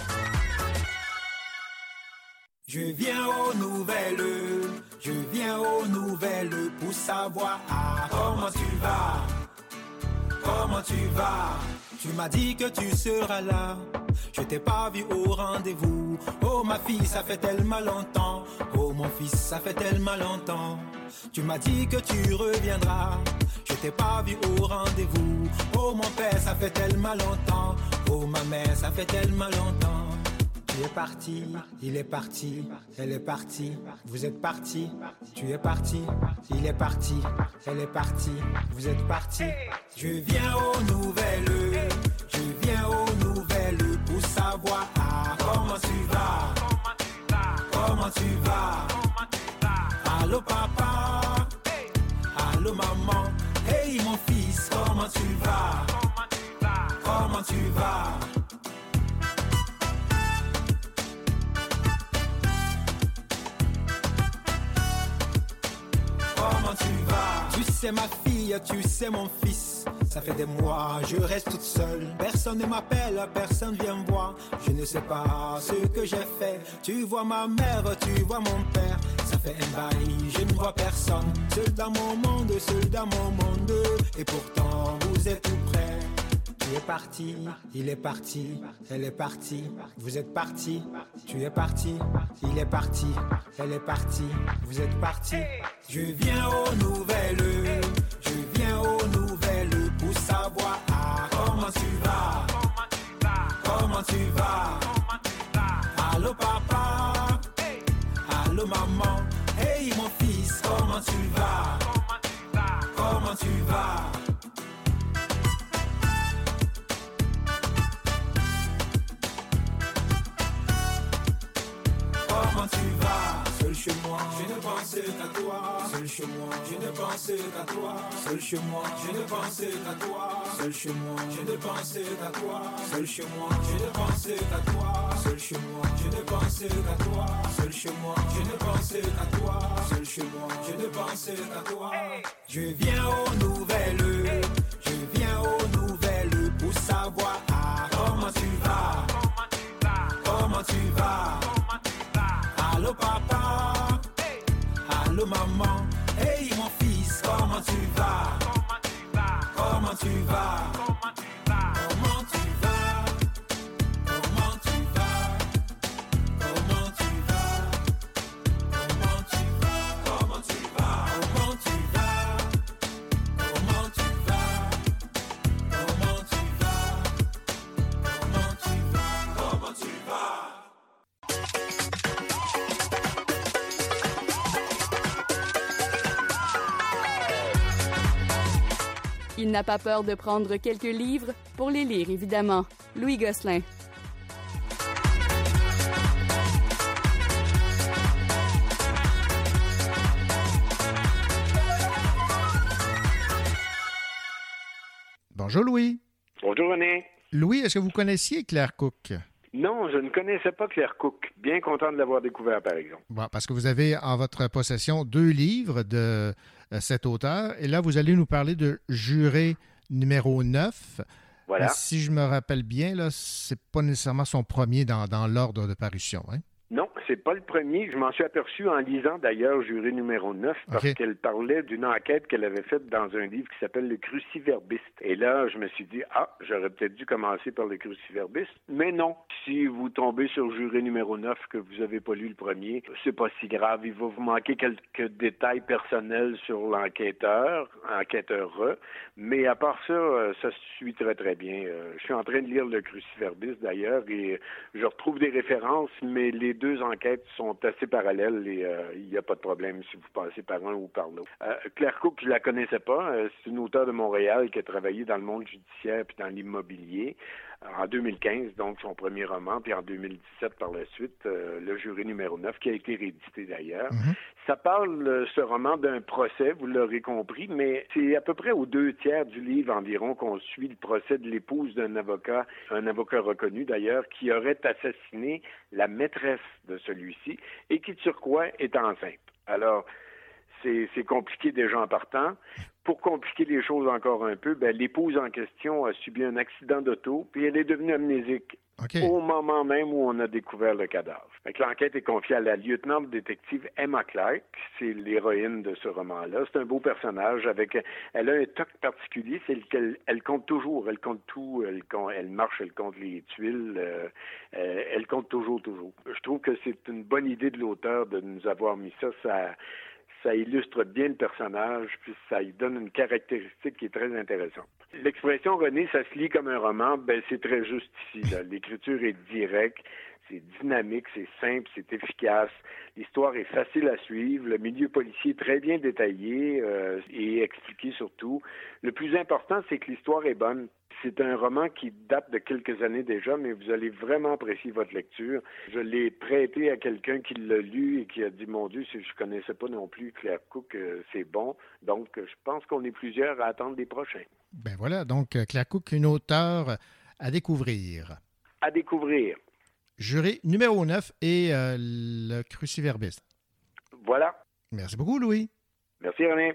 Je viens aux nouvelles, je viens aux nouvelles pour savoir ah, comment tu vas, comment tu vas. Tu m'as dit que tu seras là, je t'ai pas vu au rendez-vous. Oh ma fille, ça fait tellement longtemps, oh mon fils, ça fait tellement longtemps. Tu m'as dit que tu reviendras, je t'ai pas vu au rendez-vous. Oh mon père, ça fait tellement longtemps, oh ma mère, ça fait tellement longtemps. Tu es parti, il est parti, elle est partie, vous êtes parti, tu es parti, il est parti, elle est partie, vous êtes parti. Je viens aux nouvelles, je viens aux nouvelles pour savoir ah, comment tu vas, comment tu vas. Allô papa, allô maman, hey mon fils, comment tu vas, comment tu vas. Comment tu vas? Tu sais ma fille, tu sais mon fils. Ça fait des mois, je reste toute seule. Personne ne m'appelle, personne vient me voir. Je ne sais pas ce que j'ai fait. Tu vois ma mère, tu vois mon père. Ça fait un bail, je ne vois personne. Seul dans mon monde, seul dans mon monde. Et pourtant vous êtes tout près. Tu es parti, il est parti, elle est partie, vous êtes parti, tu es parti, il est parti, elle est partie, vous êtes parti. Je viens aux nouvelles, je viens aux nouvelles pour savoir ah, comment tu vas, comment tu vas. Allô papa, allô maman, hey mon fils, comment tu vas, comment tu vas. Comment tu vas? Seul chez moi, je ne pensais qu'à toi. Seul chez moi, je ne pensais qu'à toi. Seul chez moi, je ne pensais qu'à toi. Seul chez moi, je ne pensais qu'à toi. Seul chez moi, je ne pensais qu'à toi. Seul chez moi, je ne pensais qu'à toi. Seul chez moi, je ne pensais qu'à toi. Seul chez moi, je ne pensais qu'à toi. Je viens aux nouvelles, je viens aux nouvelles pour savoir ah, comment tu vas, comment tu vas. Allô papa, allô maman, hey mon fils, comment tu vas, comment tu vas, comment tu vas, comment tu vas, comment tu vas, comment tu vas, comment tu vas, comment tu vas, comment tu vas, comment tu vas, comment tu vas, comment tu vas. Il n'a pas peur de prendre quelques livres pour les lire, évidemment. Louis Gosselin. Bonjour Louis. Bonjour René. Louis, est-ce que vous connaissiez Claire Cook? Non, je ne connaissais pas Claire Cook. Bien content de l'avoir découvert, par exemple. Bon, parce que vous avez en votre possession deux livres de euh, cet auteur. Et là, vous allez nous parler de Juré numéro neuf. Voilà. Mais si je me rappelle bien, là, c'est pas nécessairement son premier dans, dans l'ordre de parution, hein? Non, c'est pas le premier. Je m'en suis aperçu en lisant d'ailleurs Juré numéro neuf parce Okay. qu'elle parlait d'une enquête qu'elle avait faite dans un livre qui s'appelle Le Cruciverbiste. Et là, je me suis dit, ah, j'aurais peut-être dû commencer par Le Cruciverbiste. Mais non, si vous tombez sur Juré numéro neuf que vous n'avez pas lu le premier, c'est pas si grave. Il va vous manquer quelques détails personnels sur l'enquêteur, enquêteur, mais à part ça, ça se suit très très bien. Je suis en train de lire Le Cruciverbiste d'ailleurs et je retrouve des références, mais les deux enquêtes sont assez parallèles et euh, il n'y a pas de problème si vous passez par un ou par l'autre. Euh, Claire Cook, je la connaissais pas. Euh, c'est une auteure de Montréal qui a travaillé dans le monde judiciaire puis dans l'immobilier. En deux mille quinze, donc, son premier roman, puis en deux mille dix-sept, par la suite, euh, Le Juré numéro neuf, qui a été réédité d'ailleurs. Mm-hmm. Ça parle, euh, ce roman, d'un procès, vous l'aurez compris, mais c'est à peu près aux deux tiers du livre environ qu'on suit le procès de l'épouse d'un avocat, un avocat reconnu d'ailleurs, qui aurait assassiné la maîtresse de celui-ci et qui, de surcroît, est enceinte. Alors, c'est, c'est compliqué déjà en partant. Pour compliquer les choses encore un peu, ben, l'épouse en question a subi un accident d'auto, puis elle est devenue amnésique okay. au moment même où on a découvert le cadavre. Fait que l'enquête est confiée à la lieutenant détective Emma Clark, c'est l'héroïne de ce roman-là. C'est un beau personnage, avec, elle a un toc particulier, c'est qu'elle elle compte toujours, elle compte tout, elle, elle marche, elle compte les tuiles, euh, euh, elle compte toujours, toujours. Je trouve que c'est une bonne idée de l'auteur de nous avoir mis ça, ça... Ça illustre bien le personnage, puis ça lui donne une caractéristique qui est très intéressante. L'expression, René, ça se lit comme un roman, ben c'est très juste ici. Là. L'écriture est directe, c'est dynamique, c'est simple, c'est efficace. L'histoire est facile à suivre, le milieu policier est très bien détaillé euh, et expliqué surtout. Le plus important, c'est que l'histoire est bonne. C'est un roman qui date de quelques années déjà, mais vous allez vraiment apprécier votre lecture. Je l'ai prêté à quelqu'un qui l'a lu et qui a dit, mon Dieu, si je connaissais pas non plus Claire Cook, euh, c'est bon. Donc, je pense qu'on est plusieurs à attendre les prochains. Ben voilà, donc Claire Cook, une auteure à découvrir. À découvrir. Juré numéro neuf et euh, Le Cruciverbiste. Voilà. Merci beaucoup, Louis. Merci, René.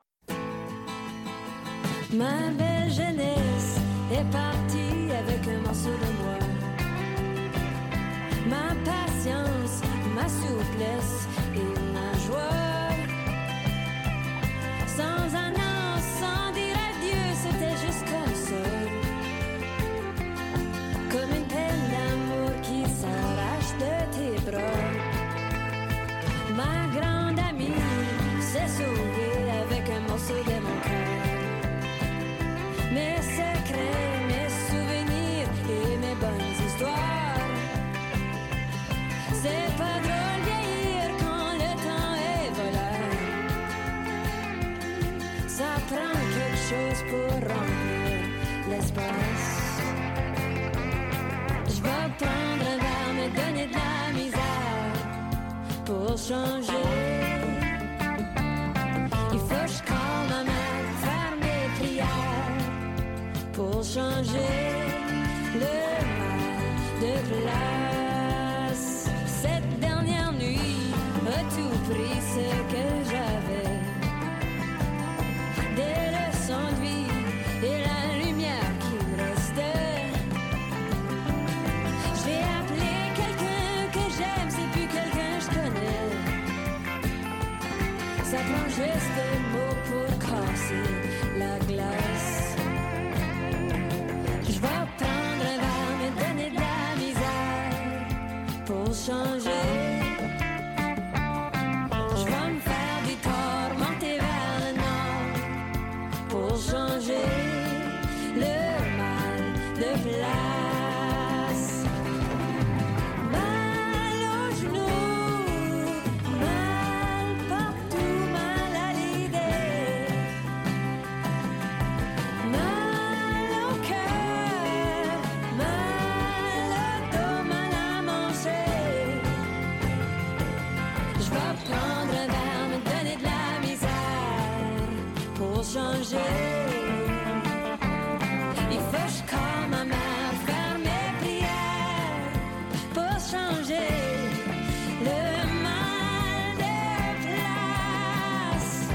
Ma belle jeunesse est partie avec un morceau de moi. Ma patience, ma souplesse et ma joie. Sans un an, sans dire adieu, c'était juste comme ça. chose pour remplir l'espace. Je vais prendre un verre, me donner de la misère pour changer. Il faut que je calme ma mère, faire mes prières pour changer le mal de place. Cette dernière nuit a tout pris ce que j'avais. Des leçons de vie et la lumière qui me restait. J'ai appelé quelqu'un que j'aime, c'est plus quelqu'un que je connais. Ça prend juste des mots pour casser la glace. Je vais prendre un verre, me donner de la misère pour changer. Je vais me faire du tort, monter vers le nord pour changer le mal de place. Mal aux genoux, mal partout, mal à l'idée, mal au cœur, mal au dos, mal à manger. Je vais prendre un verre, me donner de la misère pour changer. Il faut que je calme ma mère, faire mes prières pour changer le mal de place.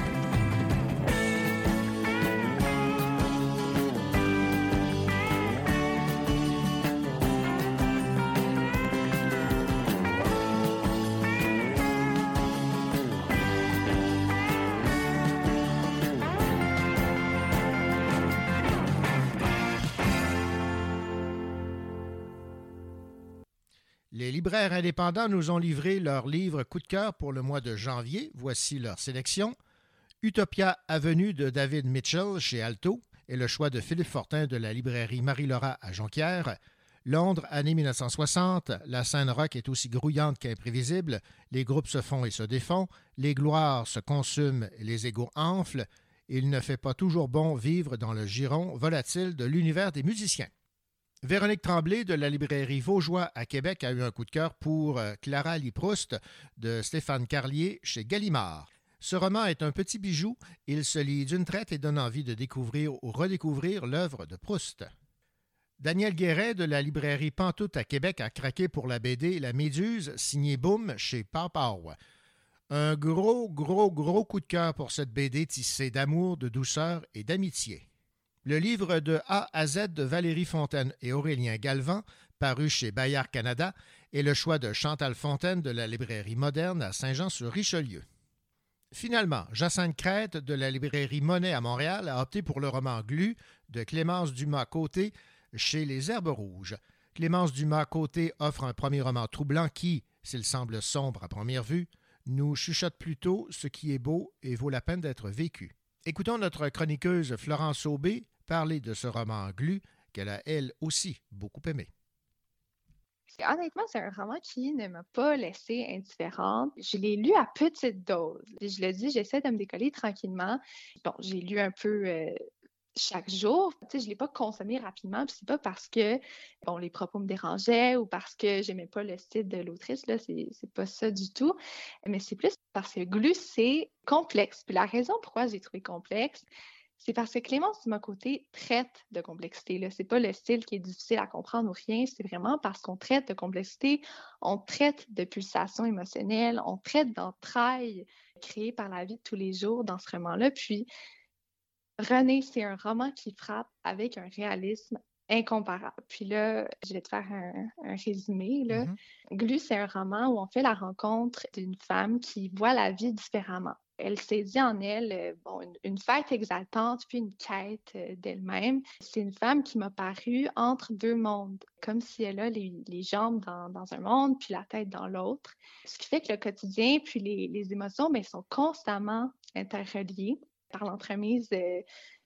Les libraires indépendants nous ont livré leur livre coup de cœur pour le mois de janvier. Voici leur sélection. Utopia Avenue de David Mitchell chez Alto et le choix de Philippe Fortin de la librairie Marie-Laura à Jonquière. Londres, année mille neuf cent soixante, la scène rock est aussi grouillante qu'imprévisible, les groupes se font et se défont, les gloires se consument et les égos enflent. Il ne fait pas toujours bon vivre dans le giron volatile de l'univers des musiciens. Véronique Tremblay de la librairie Vaugeois à Québec a eu un coup de cœur pour Clara Lee Proust de Stéphane Carlier chez Gallimard. Ce roman est un petit bijou, il se lit d'une traite et donne envie de découvrir ou redécouvrir l'œuvre de Proust. Daniel Guéret de la librairie Pantoute à Québec a craqué pour la B D La Méduse, signée Boom chez Pau-Pau. Un gros, gros, gros coup de cœur pour cette B D tissée d'amour, de douceur et d'amitié. Le livre de A à Z de Valérie Fontaine et Aurélien Galvan, paru chez Bayard Canada, est le choix de Chantal Fontaine de la librairie Moderne à Saint-Jean-sur-Richelieu. Finalement, Jacinthe Crête de la librairie Monet à Montréal a opté pour le roman Glu de Clémence Dumas-Côté chez Les Herbes Rouges. Clémence Dumas-Côté offre un premier roman troublant qui, s'il semble sombre à première vue, nous chuchote plutôt ce qui est beau et vaut la peine d'être vécu. Écoutons notre chroniqueuse Florence Aubé parler de ce roman Glu qu'elle a elle aussi beaucoup aimé. Honnêtement, c'est un roman qui ne m'a pas laissée indifférente. Je l'ai lu à petite dose. Je le dis, j'essaie de me décoller tranquillement. Bon, j'ai lu un peu euh, chaque jour. Tu sais, je ne l'ai pas consommé rapidement. Puis c'est pas parce que bon, les propos me dérangeaient ou parce que j'aimais pas le style de l'autrice. Là, c'est, c'est pas ça du tout. Mais c'est plus parce que Glu, c'est complexe. Puis la raison pourquoi j'ai trouvé complexe, c'est parce que Clémence Dumas-Côté traite de complexité. Là. C'est pas le style qui est difficile à comprendre ou rien, c'est vraiment parce qu'on traite de complexité, on traite de pulsations émotionnelles, on traite d'entrailles créées par la vie de tous les jours dans ce roman-là. Puis, René, c'est un roman qui frappe avec un réalisme incomparable. Puis là, je vais te faire un, un résumé. Là. Mm-hmm. Glu, c'est un roman où on fait la rencontre d'une femme qui voit la vie différemment. Elle saisit en elle euh, bon, une, une fête exaltante, puis une quête euh, d'elle-même. C'est une femme qui m'a paru entre deux mondes, comme si elle a les, les jambes dans, dans un monde, puis la tête dans l'autre. Ce qui fait que le quotidien, puis les, les émotions, bien, sont constamment interreliées par l'entremise euh,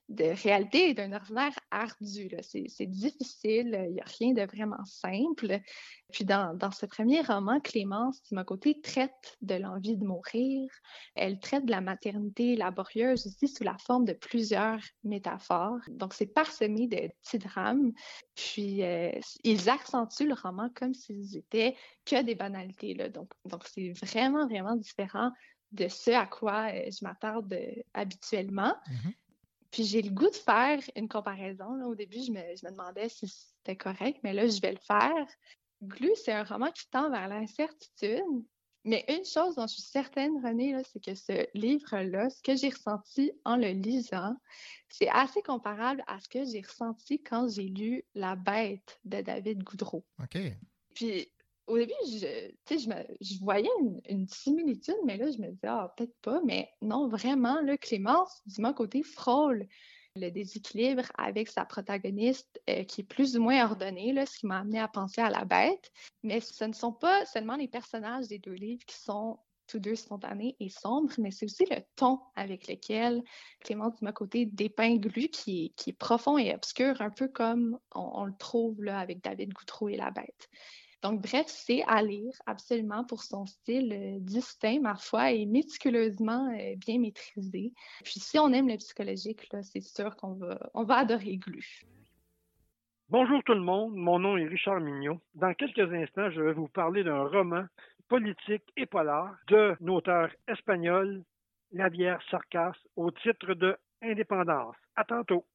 de réalité et d'un ordinaire ardu. Là. C'est, c'est difficile, il n'y a rien de vraiment simple. Puis dans, dans ce premier roman, Clémence Timocoté traite de l'envie de mourir. Elle traite de la maternité laborieuse aussi sous la forme de plusieurs métaphores. Donc c'est parsemé de petits drames. Puis euh, ils accentuent le roman comme s'ils étaient que des banalités. Là. Donc, donc c'est vraiment, vraiment différent de ce à quoi euh, je m'attarde euh, habituellement. Mm-hmm. Puis j'ai le goût de faire une comparaison. Là. Au début, je me, je me demandais si c'était correct, mais là, je vais le faire. Glu, c'est un roman qui tend vers l'incertitude. Mais une chose dont je suis certaine, Renée, là, c'est que ce livre-là, ce que j'ai ressenti en le lisant, c'est assez comparable à ce que j'ai ressenti quand j'ai lu La Bête de David Goudreau. OK. Puis au début, je, je, me, je voyais une, une similitude, mais là, je me disais, ah, peut-être pas, mais non, vraiment, là, Clémence Timocoté frôle le déséquilibre avec sa protagoniste euh, qui est plus ou moins ordonnée, là, ce qui m'a amené à penser à La Bête. Mais ce ne sont pas seulement les personnages des deux livres qui sont tous deux spontanés et sombres, mais c'est aussi le ton avec lequel Clémence Timocoté dépeint Glu, qui, qui est profond et obscur, un peu comme on, on le trouve là, avec David Goudreau et La Bête. Donc, bref, c'est à lire absolument pour son style euh, distinct, ma foi, et méticuleusement euh, bien maîtrisé. Puis, si on aime le psychologique, là, c'est sûr qu'on va, on va adorer Glu. Bonjour tout le monde, mon nom est Richard Mignot. Dans quelques instants, je vais vous parler d'un roman politique et polar d'un auteur espagnol, Javier Cercas, au titre de Indépendance. À tantôt.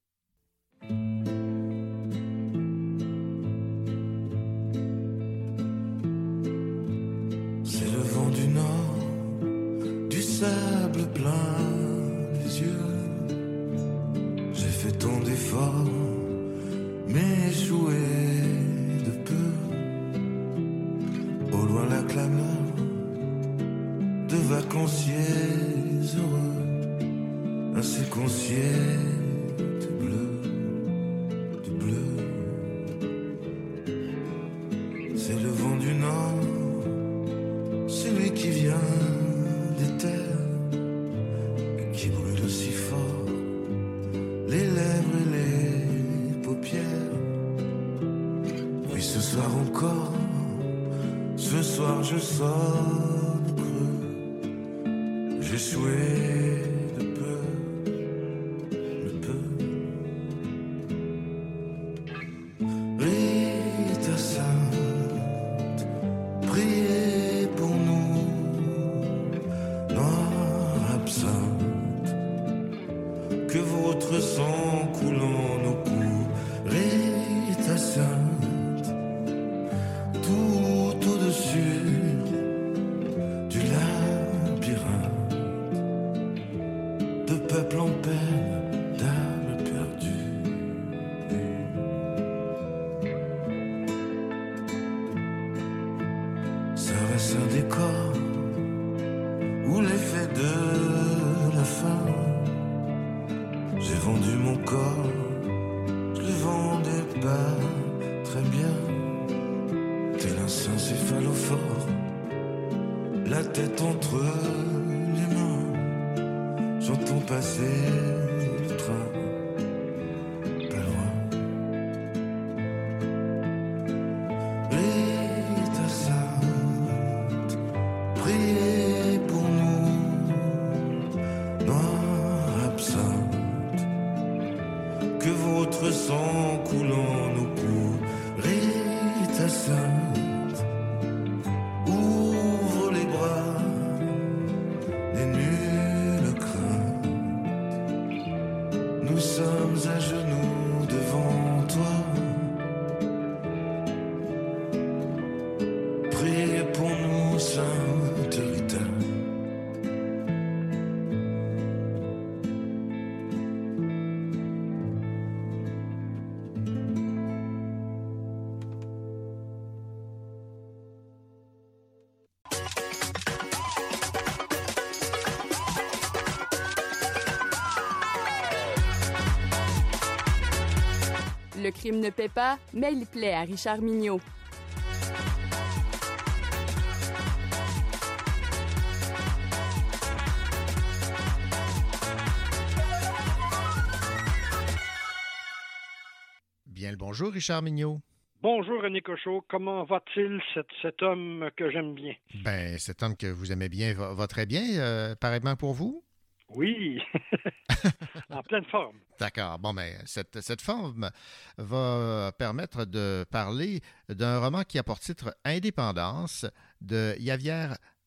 Du nord, du sable plein les yeux. J'ai fait tant d'efforts, mais échoué de peu. Au loin la clameur de vacanciers heureux, un séquencier de bleu, de bleu. C'est le vent du nord, celui qui vient des terres et qui brûle aussi fort les lèvres et les paupières. Oui, ce soir encore, ce soir je sonne creux. J'ai échoué de peu, de peu. Rita sainte, priez pour nous, noir absinthe, que votre sang coulant nos coups. Rita sainte, tout au-dessus du labyrinthe de peuples en peine, d'âmes perdues. Serait-ce un décor ou l'effet de la fin? J'ai vendu mon corps, je le vendais pas très bien. Tel un céphalophore, la tête entre les mains, j'entends passer le train, pas loin. Rita sainte, priez pour nous, noir absinthe, que votre sang coulant nos coups. Rita sainte, ouvre les bras des nulles craintes. Nous sommes à genoux devant toi. Priez pour nous, Sainte Rita. Le crime ne paie pas, mais il plaît à Richard Mignot. Bien le bonjour, Richard Mignot. Bonjour René Cochot, comment va-t-il cet, cet homme que j'aime bien? Ben, cet homme que vous aimez bien va, va très bien, euh, pareillement pour vous? Oui, en pleine forme. D'accord. Bon, mais cette, cette forme va permettre de parler d'un roman qui a pour titre Indépendance de Javier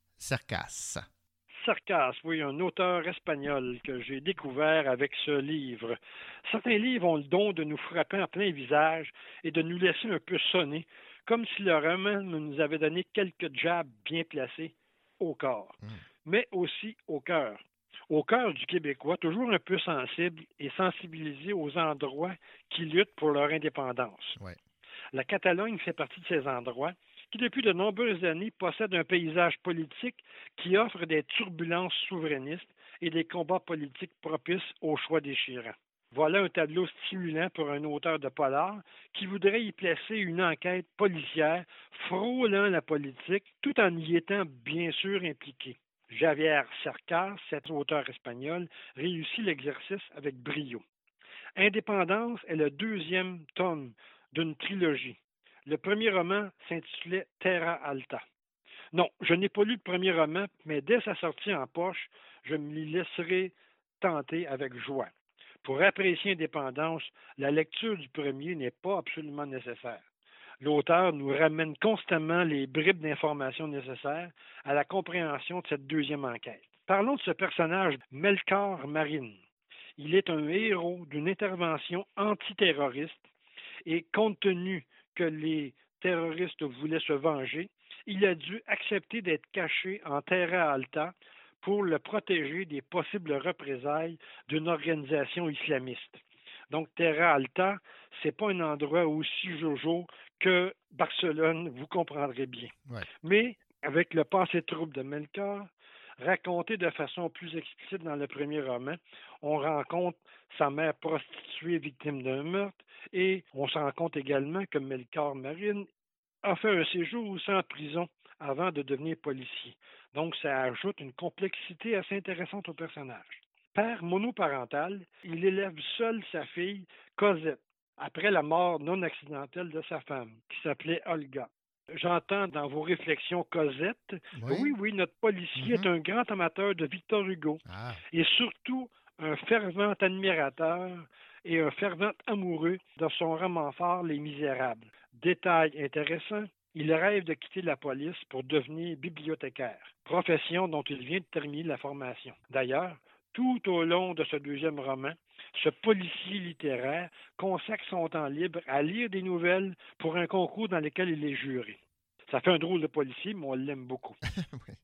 Cercas. Cercas, oui, un auteur espagnol que j'ai découvert avec ce livre. Certains livres ont le don de nous frapper en plein visage et de nous laisser un peu sonner, comme si le roman nous avait donné quelques jabs bien placés au corps, mm. mais aussi au cœur. Au cœur du Québécois, toujours un peu sensible et sensibilisé aux endroits qui luttent pour leur indépendance. Ouais. La Catalogne fait partie de ces endroits qui, depuis de nombreuses années, possèdent un paysage politique qui offre des turbulences souverainistes et des combats politiques propices aux choix déchirants. Voilà un tableau stimulant pour un auteur de polar qui voudrait y placer une enquête policière frôlant la politique tout en y étant bien sûr impliqué. Javier Cercas, cet auteur espagnol, réussit l'exercice avec brio. Indépendance est le deuxième tome d'une trilogie. Le premier roman s'intitulait Terra Alta. Non, je n'ai pas lu le premier roman, mais dès sa sortie en poche, je me l'y laisserai tenter avec joie. Pour apprécier Indépendance, la lecture du premier n'est pas absolument nécessaire. L'auteur nous ramène constamment les bribes d'informations nécessaires à la compréhension de cette deuxième enquête. Parlons de ce personnage, Melchior Marin. Il est un héros d'une intervention antiterroriste et compte tenu que les terroristes voulaient se venger, il a dû accepter d'être caché en Terra Alta pour le protéger des possibles représailles d'une organisation islamiste. Donc, Terra Alta, c'est pas un endroit aussi jojo que Barcelone, vous comprendrez bien. Ouais. Mais, avec le passé trouble de Melchior, raconté de façon plus explicite dans le premier roman, on rencontre sa mère prostituée victime d'un meurtre et on se rend compte également que Melchior Marin a fait un séjour aussi en prison avant de devenir policier. Donc, ça ajoute une complexité assez intéressante au personnage. Père monoparental, il élève seul sa fille, Cosette, après la mort non accidentelle de sa femme, qui s'appelait Olga. J'entends dans vos réflexions Cosette. Oui, oui, oui notre policier mm-hmm. est un grand amateur de Victor Hugo ah. et surtout un fervent admirateur et un fervent amoureux de son roman phare Les Misérables. Détail intéressant, il rêve de quitter la police pour devenir bibliothécaire, profession dont il vient de terminer la formation. D'ailleurs, tout au long de ce deuxième roman, ce policier littéraire consacre son temps libre à lire des nouvelles pour un concours dans lequel il est juré. Ça fait un drôle de policier, mais on l'aime beaucoup. oui.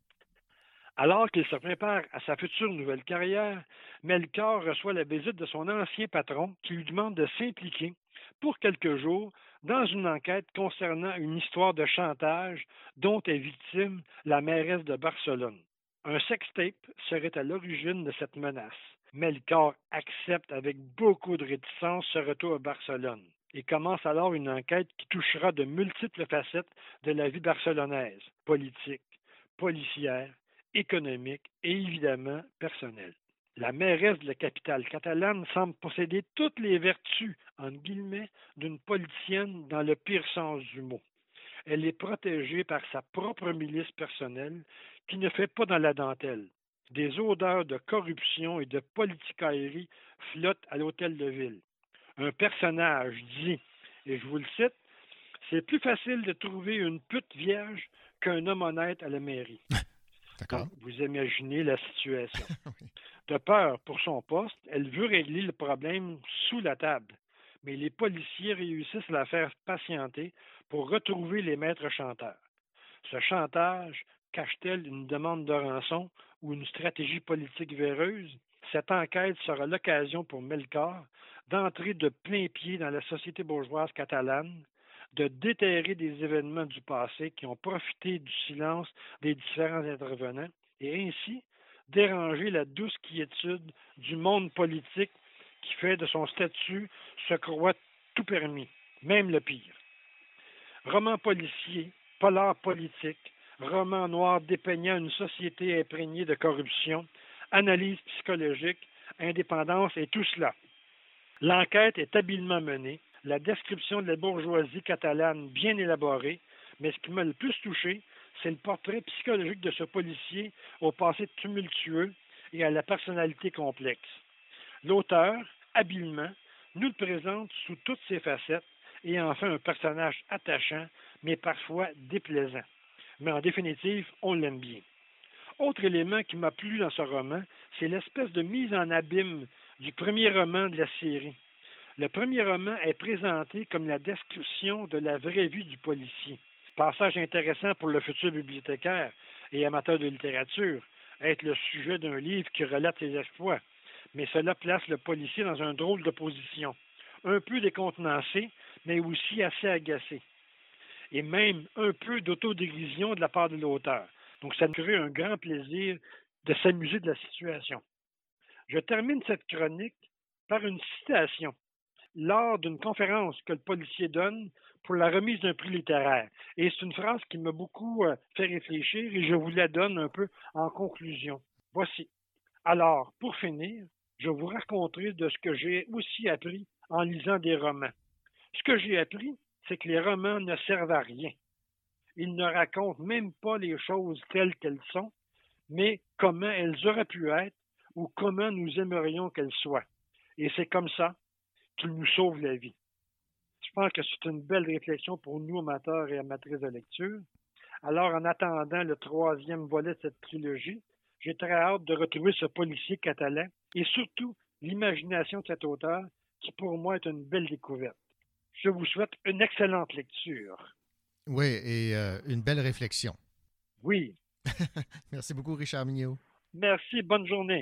Alors qu'il se prépare à sa future nouvelle carrière, Melchior reçoit la visite de son ancien patron qui lui demande de s'impliquer pour quelques jours dans une enquête concernant une histoire de chantage dont est victime la mairesse de Barcelone. Un sextape serait à l'origine de cette menace. Melchior accepte avec beaucoup de réticence ce retour à Barcelone et commence alors une enquête qui touchera de multiples facettes de la vie barcelonaise, politique, policière, économique et évidemment personnelle. La mairesse de la capitale catalane semble posséder toutes les vertus, entre guillemets, d'une politicienne dans le pire sens du mot. Elle est protégée par sa propre milice personnelle qui ne fait pas dans la dentelle. Des odeurs de corruption et de politicaillerie flottent à l'hôtel de ville. Un personnage dit, et je vous le cite, « C'est plus facile de trouver une pute vierge qu'un homme honnête à la mairie. » D'accord. Donc, vous imaginez la situation. oui. De peur pour son poste, elle veut régler le problème sous la table. Mais les policiers réussissent à la faire patienter pour retrouver les maîtres chanteurs. Ce chantage cache-t-elle une demande de rançon ou une stratégie politique véreuse? Cette enquête sera l'occasion pour Melchior d'entrer de plein pied dans la société bourgeoise catalane, de déterrer des événements du passé qui ont profité du silence des différents intervenants et ainsi déranger la douce quiétude du monde politique qui fait de son statut se croit tout permis, même le pire. Roman policier, polar politique, roman noir dépeignant une société imprégnée de corruption, analyse psychologique, indépendance et tout cela. L'enquête est habilement menée, la description de la bourgeoisie catalane bien élaborée, mais ce qui m'a le plus touché, c'est le portrait psychologique de ce policier au passé tumultueux et à la personnalité complexe. L'auteur, habilement, nous le présente sous toutes ses facettes et en fait un personnage attachant, mais parfois déplaisant. Mais en définitive, on l'aime bien. Autre élément qui m'a plu dans ce roman, c'est l'espèce de mise en abîme du premier roman de la série. Le premier roman est présenté comme la description de la vraie vie du policier. Passage intéressant pour le futur bibliothécaire et amateur de littérature, être le sujet d'un livre qui relate ses exploits. Mais cela place le policier dans un drôle de position, un peu décontenancé, mais aussi assez agacé. Et même un peu d'autodérision de la part de l'auteur. Donc, ça nous crée un grand plaisir de s'amuser de la situation. Je termine cette chronique par une citation lors d'une conférence que le policier donne pour la remise d'un prix littéraire. Et c'est une phrase qui m'a beaucoup euh, fait réfléchir et je vous la donne un peu en conclusion. Voici. Alors, pour finir, je vous raconterai de ce que j'ai aussi appris en lisant des romans. Ce que j'ai appris, c'est que les romans ne servent à rien. Ils ne racontent même pas les choses telles qu'elles sont, mais comment elles auraient pu être ou comment nous aimerions qu'elles soient. Et c'est comme ça qu'ils nous sauvent la vie. Je pense que c'est une belle réflexion pour nous, amateurs et amatrices de lecture. Alors, en attendant le troisième volet de cette trilogie, j'ai très hâte de retrouver ce policier catalan et surtout l'imagination de cet auteur qui, pour moi, est une belle découverte. Je vous souhaite une excellente lecture. Oui, et euh, une belle réflexion. Oui. Merci beaucoup, Richard Mignot. Merci, bonne journée.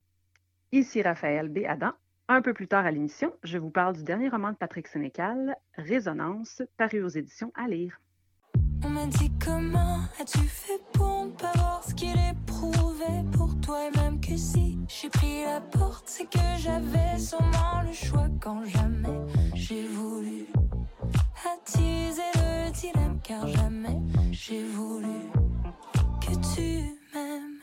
Ici Raphaël B. Adam. Un peu plus tard à l'émission, je vous parle du dernier roman de Patrick Sénécal, Résonance, paru aux éditions À lire. On m'a dit comment as-tu fait pour ne pas voir ce qu'il éprouvait pour toi, et même que si j'ai pris la porte, c'est que j'avais sûrement le choix quand jamais j'ai voulu attiser le dilemme, car jamais j'ai voulu que tu m'aimes.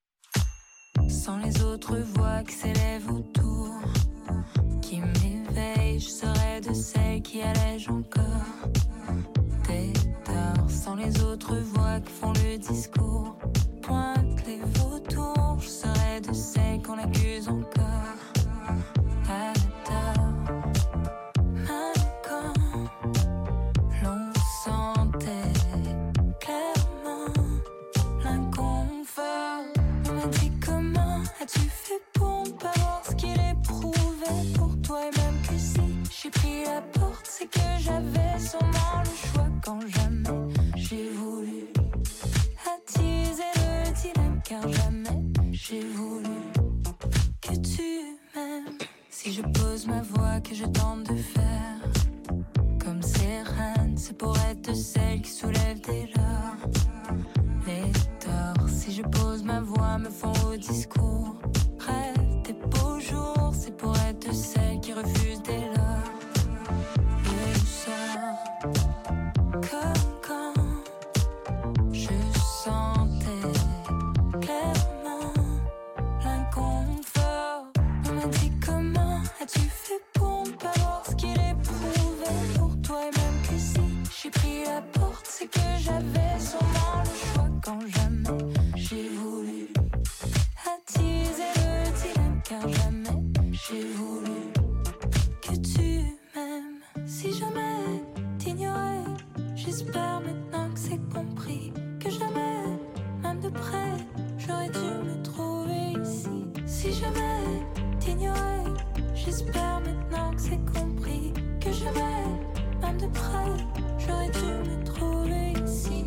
Sans les autres voix qui s'élèvent autour, qui m'éveillent, je serais de celles qui allègent encore tes torts. Sans les autres voix qui font le discours, pointent les vautours, je serais de celles qu'on accuse encore à tort. Même quand l'on sentait clairement l'inconfort, on m'a dit comment as-tu fait pour ne pas voir ce qu'il éprouvait pour toi, et même que si j'ai pris la porte, c'est que j'avais sûrement le choix quand jamais j'ai voulu attiser le dilemme, car jamais j'ai voulu que tu m'aimes. Si je pose ma voix, que je tente de faire comme ces reines, c'est pour être de celles qui soulèvent dès lors les torts. Si je pose ma voix, me font au discours, rêve des beaux jours, c'est pour être de celles qui refusent dès lors le sort. Comme quand je sentais clairement l'inconfort, on m'a dit comment as-tu fait pour ne pas voir ce qu'il éprouvait pour toi, et même que si j'ai pris la porte, c'est que j'avais sûrement le choix quand jamais j'ai voulu attiser le dilemme, car jamais j'ai voulu que tu m'aimes. Si jamais t'ignorais, j'espère maintenant que c'est compris, que jamais, même de près, j'aurais dû me trouver ici. Si jamais t'ignorais, j'espère maintenant que c'est compris, que jamais, même de près, j'aurais dû me trouver ici.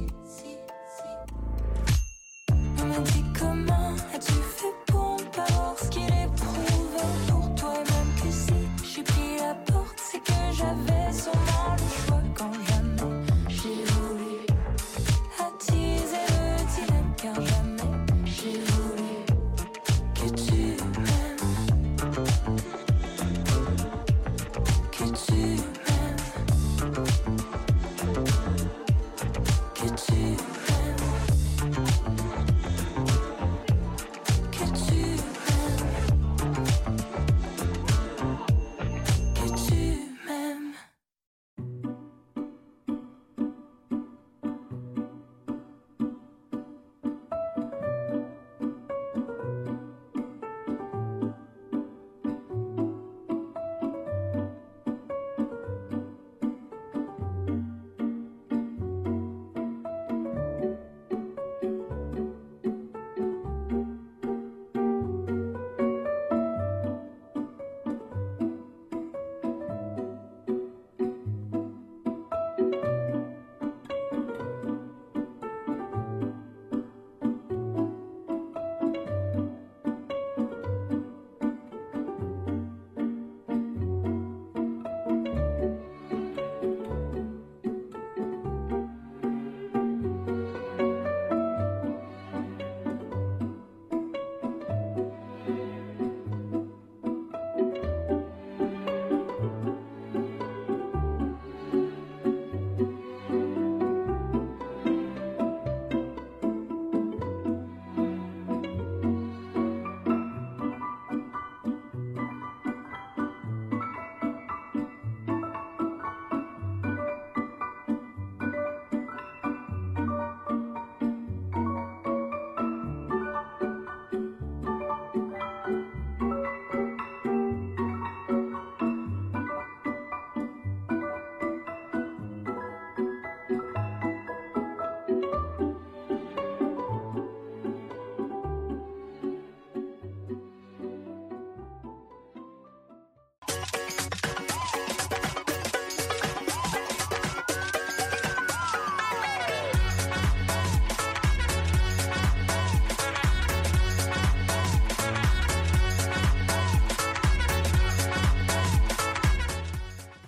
On m'a dit comment as-tu fait pour ne pas voir ce qu'il éprouvait pour toi, et même que si j'ai pris la porte, c'est que j'avais sûrement le choix quand jamais j'ai voulu attiser le dilemme, car jamais j'ai voulu que tu m'aimes, que tu m'aimes, que tu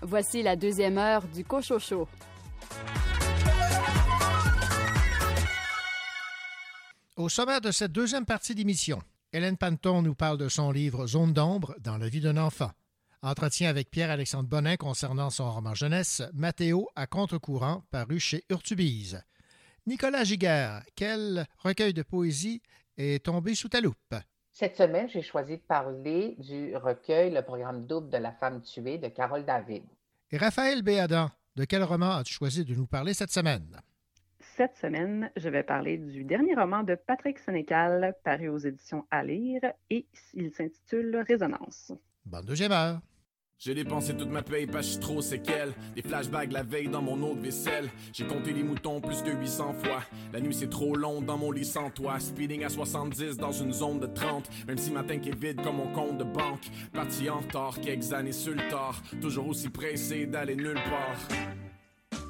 Voici la deuxième heure du Cochocho. Au sommaire de cette deuxième partie d'émission, Hélène Panton nous parle de son livre « Zone d'ombre dans la vie d'un enfant ». Entretien avec Pierre-Alexandre Bonin concernant son roman jeunesse « Mathéo à contre-courant » paru chez Urtubise. Nicolas Giguère, quel recueil de poésie est tombé sous ta loupe? Cette semaine, j'ai choisi de parler du recueil Le programme double de la femme tuée de Carole David. Et Raphaël Béadan, de quel roman as-tu choisi de nous parler cette semaine? Cette semaine, je vais parler du dernier roman de Patrick Sénécal, paru aux éditions À lire, et il s'intitule « Résonance ». Bonne deuxième heure. J'ai dépensé toute ma paye parce que je suis trop séquelle. Des flashbacks la veille dans mon eau de vaisselle. J'ai compté les moutons plus que huit cents fois. La nuit c'est trop long dans mon lit sans toi. Speeding à soixante-dix dans une zone de trente. Même si ma tank est vide comme mon compte de banque. Parti en retard, quelques années sur le tard. Toujours aussi pressé d'aller nulle part.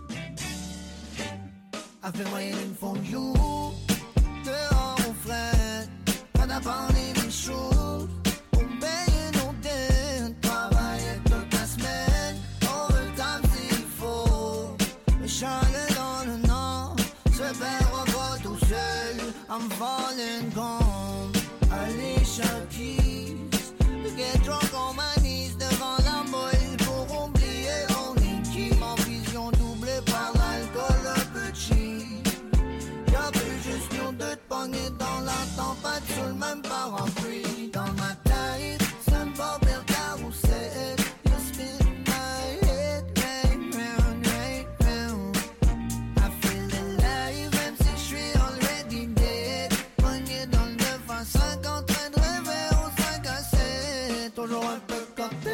A fait moyen une fond de loup. Dehors au frais. Pas d'apparler des choses. Pour payer nos dettes. Travailler toute la semaine. Overtime s'il faut. Mais chalet dans le nord. Se perdre pas tout seul. I'm falling gone. Allez, Shakis. Get drunk on my knees devant la molle. Pour oublier on est qui. Ma vision doublée par l'alcool un peu cheap. Y'a plus juste nous deux de pogner dans la tempête sous le même parapluie. Dans ma tête, ça me va vers carousel. You spin my head, round, round, round, round. I feel alive, même si je suis already dead. Pogné dans le neuf à cinq, en train de rêver au cinq à sept. Toujours un peu cocktail.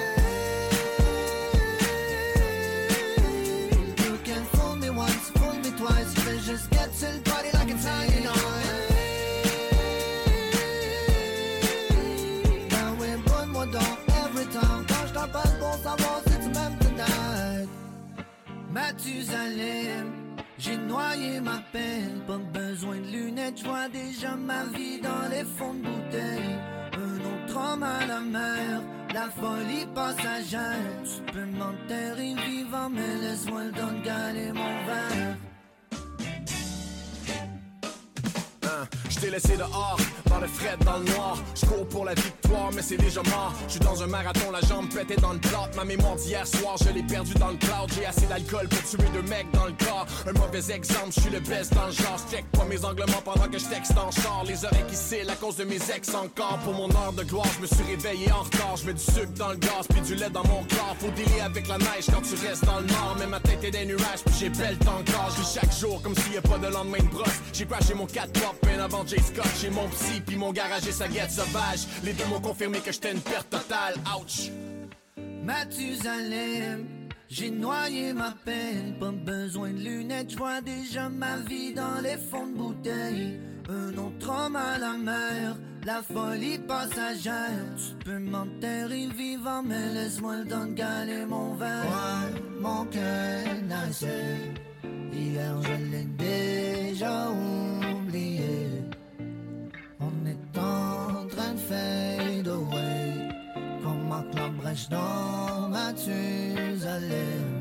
You can fool me once, fool me twice. You just get to the party like it's how you know it. Ben oui, bonne-moi donc every time. Quand je t'appelle pour savoir si tu m'aimes tonight. Mathusalem, j'ai noyé ma peine. Pas besoin de lunettes, je vois déjà ma vie dans les fonds de bouteille. Un autre homme à la mer, la folie passagère. Tu peux m'enterrer vivant, mais laisse-moi le don de galer mon verre. Je t'ai laissé dehors, dans le fret, dans le noir. Je cours pour la victoire, mais c'est déjà mort. Je suis dans un marathon, la jambe pétée dans le plot. Ma mémoire d'hier soir, je l'ai perdue dans le cloud. J'ai assez d'alcool pour tuer deux mecs dans le corps. Un mauvais exemple, je suis le best dans le genre. Je check pas mes anglements pendant que je texte en char. Les oreilles qui cillent à cause de mes ex encore. Pour mon heure de gloire, je me suis réveillé en retard. Je mets du sucre dans le gaz, puis du lait dans mon corps. Faut dealer avec la neige quand tu restes dans le nord. Mais ma tête est des nuages, puis j'ai belle encore. Je vis chaque jour comme s'il y a pas de lendemain de brosse. J'ai crashé mon quatre pop, bien avant J. Scott, j'ai mon psy, puis mon garage et sa guette sauvage. Les deux m'ont confirmé que j'étais une perte totale, ouch. Mathusalem, j'ai noyé ma peine. Pas besoin de lunettes, je vois déjà ma vie dans les fonds de bouteille. Un autre homme à la mer, la folie passagère. Tu peux m'enterrer vivant, mais laisse-moi le don de galer mon verre. Ouais, mon cœur naissait. Hier je l'ai déjà oublié. On est en train de fade away. Comme marque la brèche dans Mathusalem.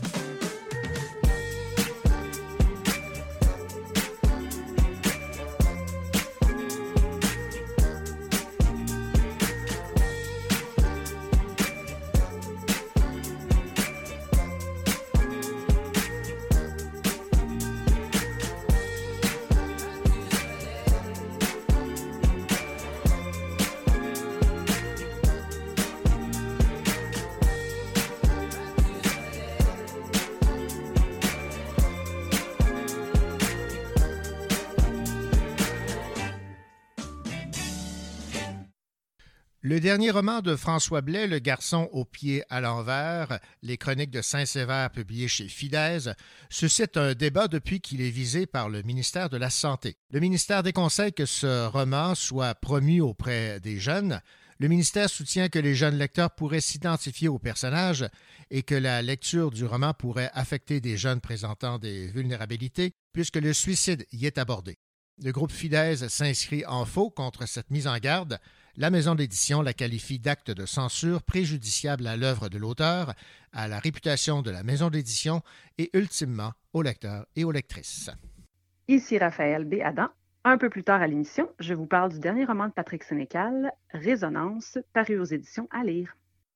Le dernier roman de François Blais, Le garçon aux pieds à l'envers, les chroniques de Saint-Sévère publiées chez Fidèse, suscite un débat depuis qu'il est visé par le ministère de la Santé. Le ministère déconseille que ce roman soit promu auprès des jeunes. Le ministère soutient que les jeunes lecteurs pourraient s'identifier aux personnages et que la lecture du roman pourrait affecter des jeunes présentant des vulnérabilités puisque le suicide y est abordé. Le groupe Fidèse s'inscrit en faux contre cette mise en garde. La maison d'édition la qualifie d'acte de censure préjudiciable à l'œuvre de l'auteur, à la réputation de la maison d'édition et ultimement aux lecteurs et aux lectrices. Ici Raphaël B. Adam. Un peu plus tard à l'émission, je vous parle du dernier roman de Patrick Sénécal, Résonance, paru aux éditions À lire.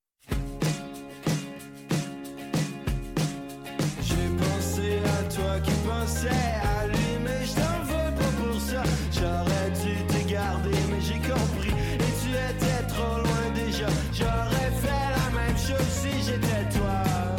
J'ai pensé à toi qui pensais à lui, mais je t'en veux pas pour ça. J'aurais dû te garder, mais j'ai compris. Et tu étais trop loin déjà. J'aurais fait la même chose si j'étais toi.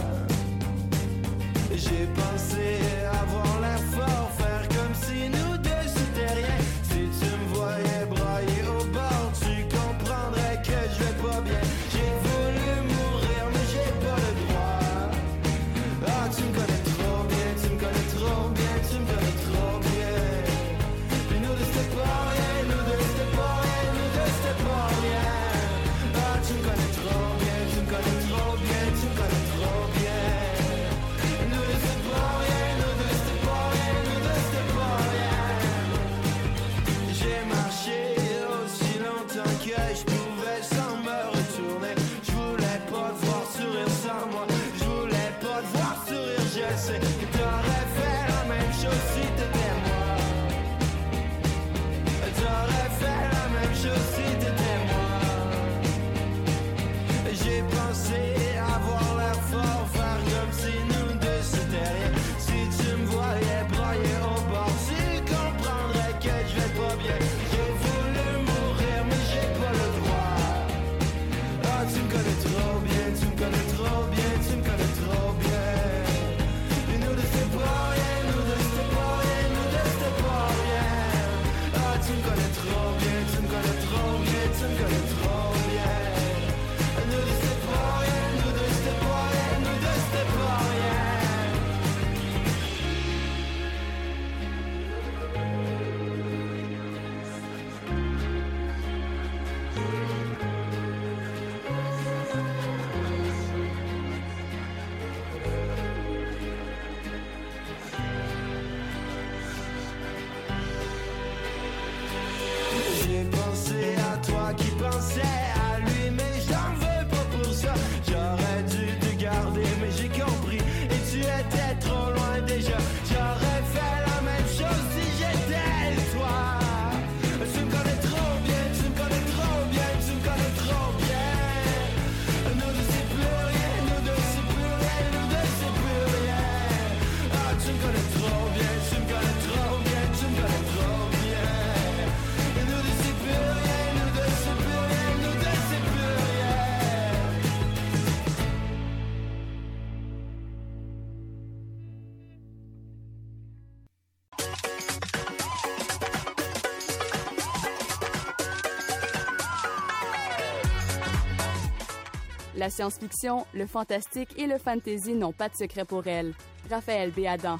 J'ai pensé avoir l'air fort, faire comme si nous deux c'était rien. Si tu me voyais brailler au bord, tu comprendrais que je vais pas bien. J'ai voulu mourir, mais j'ai pas le droit. Ah, tu me connais trop bien, tu me connais trop bien, tu me connais trop bien. Puis nous deux c'était pas rien, nous deux c'était pas rien, nous deux c'était pas rien. Ah, tu me connais trop bien, tu me connais trop bien, tu me connais trop bien. Nous deux c'était pas rien, nous deux c'était pas rien, nous deux c'était pas rien. J'ai marché aussi longtemps que je pouvais sans me retourner. Je voulais pas te voir sourire sans moi. Je voulais pas te voir sourire, je sais que t'aurais fait la même chose si t'étais moi. T'aurais fait la même chose si t'étais moi. J'ai pensé avoir l'air fort, faire comme si nous deux c'était rien. Si tu me voyais brailler au bord, tu comprendrais que je vais pas bien. J'ai voulu mourir, mais j'ai pas le droit. Ah, tu me connais trop bien, tu me connais trop bien, tu me connais trop bien. Et nous deux c'est pas rien, nous deux c'est pas rien, nous deux c'est pas rien. Ah, tu me connais trop bien, tu me connais trop bien, tu me connais trop bien. Nous deux c'est pas rien, nous deux c'est pas rien, nous deux c'est pas rien. J'ai pensé à toi qui pensais à lui, mais je t'en veux pas pour ça. J'aurais dû te garder, mais j'ai compris. Et tu étais trop loin déjà. J'aurais fait la même chose si j'étais toi. Tu me connais trop bien, tu me connais trop bien, tu me connais trop bien. Nous deux c'est plus rien, nous deux c'est plus rien, nous deux c'est plus rien. Ah, tu me connais trop bien, tu me connais trop bien, tu me connais trop bien. Et nous deux c'est plus rien, nous deux c'est plus rien, nous deux c'est plus rien. La science-fiction, le fantastique et le fantasy n'ont pas de secret pour elle. Raphaël B. Adam.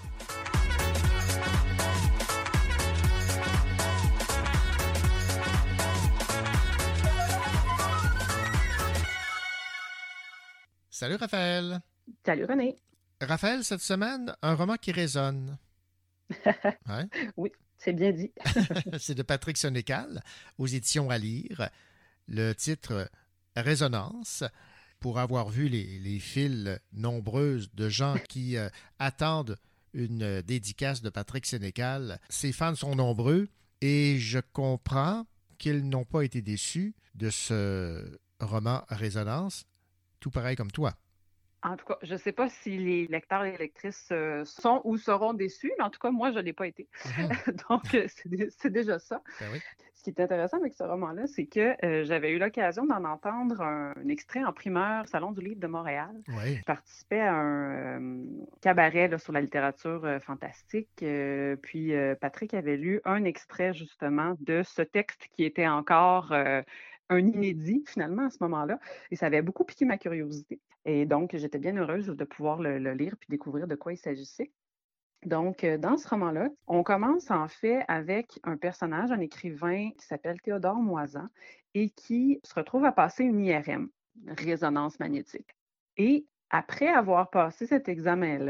Salut Raphaël. Salut René. Raphaël, cette semaine, un roman qui résonne. Ouais. Oui, c'est bien dit. C'est de Patrick Sénécal, aux éditions À lire. Le titre Résonance. Pour avoir vu les, les files nombreuses de gens qui euh, attendent une euh, dédicace de Patrick Sénécal, ses fans sont nombreux et je comprends qu'ils n'ont pas été déçus de ce roman Résonance, tout pareil comme toi. En tout cas, je ne sais pas si les lecteurs et les lectrices euh, sont ou seront déçus, mais en tout cas, moi, je ne l'ai pas été. Mm-hmm. Donc, euh, c'est, dé- c'est déjà ça. Ben oui. Ce qui est intéressant avec ce roman-là, c'est que euh, j'avais eu l'occasion d'en entendre un, un extrait en primeur au Salon du Livre de Montréal. Oui. Je participais à un euh, cabaret là, sur la littérature euh, fantastique. Euh, puis, euh, Patrick avait lu un extrait, justement, de ce texte qui était encore... Euh, un inédit, finalement, à ce moment-là. Et ça avait beaucoup piqué ma curiosité. Et donc, j'étais bien heureuse de pouvoir le, le lire puis découvrir de quoi il s'agissait. Donc, euh, dans ce roman-là, on commence en fait avec un personnage, un écrivain qui s'appelle Théodore Moisan et qui se retrouve à passer une I R M, résonance magnétique. Et après avoir passé cet examen-là,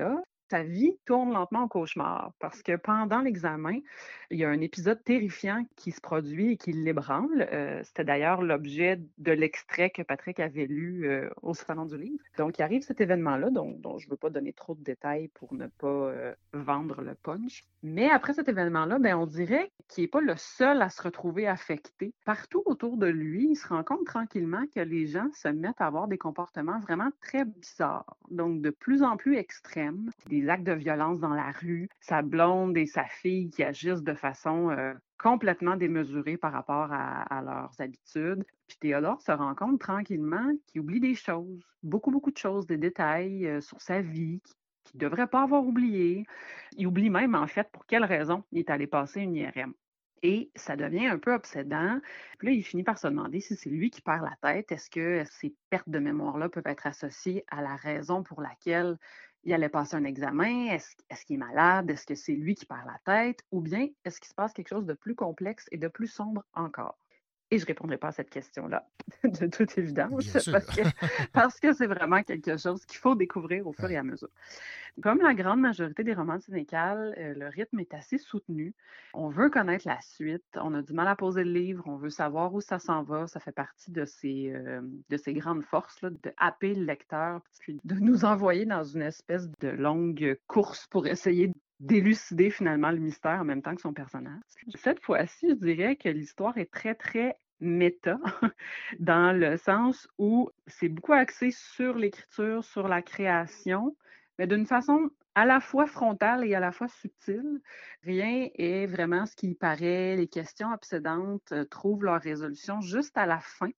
Sa vie tourne lentement au cauchemar parce que pendant l'examen, il y a un épisode terrifiant qui se produit et qui l'ébranle. Euh, c'était d'ailleurs l'objet de l'extrait que Patrick avait lu euh, au Salon du Livre. Donc, il arrive cet événement-là, dont, dont je ne veux pas donner trop de détails pour ne pas euh, vendre le punch. Mais après cet événement-là, ben, on dirait qu'il n'est pas le seul à se retrouver affecté. Partout autour de lui, il se rend compte tranquillement que les gens se mettent à avoir des comportements vraiment très bizarres, donc de plus en plus extrêmes. Des actes de violence dans la rue, sa blonde et sa fille qui agissent de façon euh, complètement démesurée par rapport à, à leurs habitudes. Puis Théodore se rend compte tranquillement qu'il oublie des choses, beaucoup, beaucoup de choses, des détails euh, sur sa vie qu'il ne devrait pas avoir oublié. Il oublie même, en fait, pour quelle raison il est allé passer une I R M. Et ça devient un peu obsédant. Puis là, il finit par se demander si c'est lui qui perd la tête. Est-ce que ces pertes de mémoire-là peuvent être associées à la raison pour laquelle il allait passer un examen? Est-ce, est-ce qu'il est malade? Est-ce que c'est lui qui perd la tête? Ou bien est-ce qu'il se passe quelque chose de plus complexe et de plus sombre encore? Et je ne répondrai pas à cette question-là, de toute évidence, parce que, parce que c'est vraiment quelque chose qu'il faut découvrir au fur et à mesure. Comme la grande majorité des romans de Sénécal, euh, le rythme est assez soutenu. On veut connaître la suite, on a du mal à poser le livre, on veut savoir où ça s'en va. Ça fait partie de ces, euh, de ces grandes forces, là, de happer le lecteur, puis de nous envoyer dans une espèce de longue course pour essayer de d'élucider finalement le mystère en même temps que son personnage. Cette fois-ci, je dirais que l'histoire est très, très méta, dans le sens où c'est beaucoup axé sur l'écriture, sur la création, mais d'une façon à la fois frontale et à la fois subtile. Rien est vraiment ce qui paraît. Les questions obsédantes euh, trouvent leur résolution juste à la fin.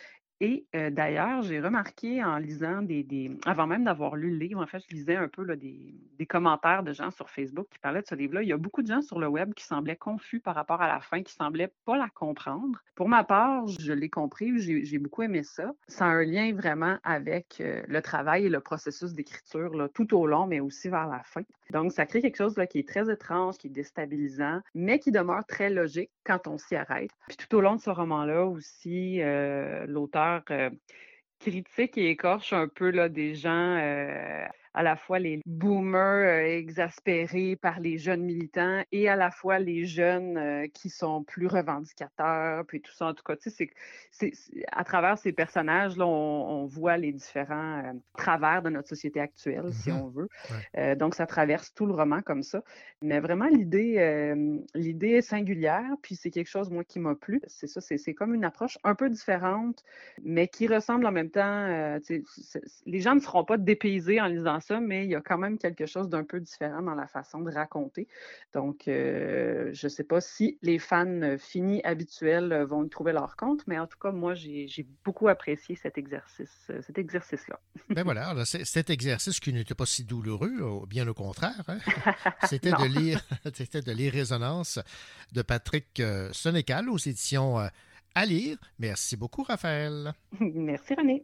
Et euh, d'ailleurs, j'ai remarqué en lisant des, des... avant même d'avoir lu le livre, en fait, je lisais un peu là, des, des commentaires de gens sur Facebook qui parlaient de ce livre-là. Il y a beaucoup de gens sur le web qui semblaient confus par rapport à la fin, qui semblaient pas la comprendre. Pour ma part, je l'ai compris, j'ai, j'ai beaucoup aimé ça. Ça a un lien vraiment avec euh, le travail et le processus d'écriture là, tout au long, mais aussi vers la fin. Donc, ça crée quelque chose là, qui est très étrange, qui est déstabilisant, mais qui demeure très logique quand on s'y arrête. Puis tout au long de ce roman-là aussi, euh, l'auteur Euh, critique et écorche un peu là, des gens, euh, à la fois les boomers euh, exaspérés par les jeunes militants et à la fois les jeunes euh, qui sont plus revendicateurs, puis tout ça. En tout cas, tu sais, c'est, c'est, c'est, à travers ces personnages-là, on, on voit les différents euh, travers de notre société actuelle, mm-hmm. si on veut. Ouais. Euh, donc, ça traverse tout le roman comme ça. Mais vraiment, l'idée, euh, l'idée est singulière, puis c'est quelque chose, moi, qui m'a plu. C'est ça, c'est, c'est comme une approche un peu différente, mais qui ressemble en même temps. Euh, tu sais, les gens ne seront pas dépaysés en lisant ça, mais il y a quand même quelque chose d'un peu différent dans la façon de raconter. Donc, euh, je ne sais pas si les fans finis habituels vont y trouver leur compte, mais en tout cas, moi, j'ai, j'ai beaucoup apprécié cet exercice, cet exercice-là. Ben voilà, alors, cet exercice qui n'était pas si douloureux, bien au contraire, hein? c'était, de lire, c'était de lire Résonance de Patrick Sénécal aux éditions À lire. Merci beaucoup, Raphaël. Merci, René.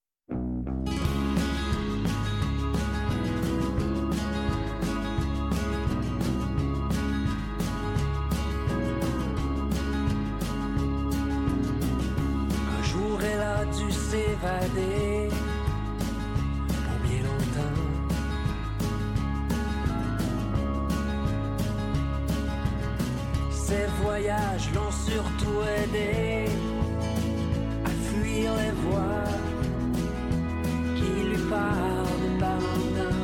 Elle a dû s'évader pour bien longtemps. Ses voyages l'ont surtout aidé à fuir les voix qui lui parlent par longtemps.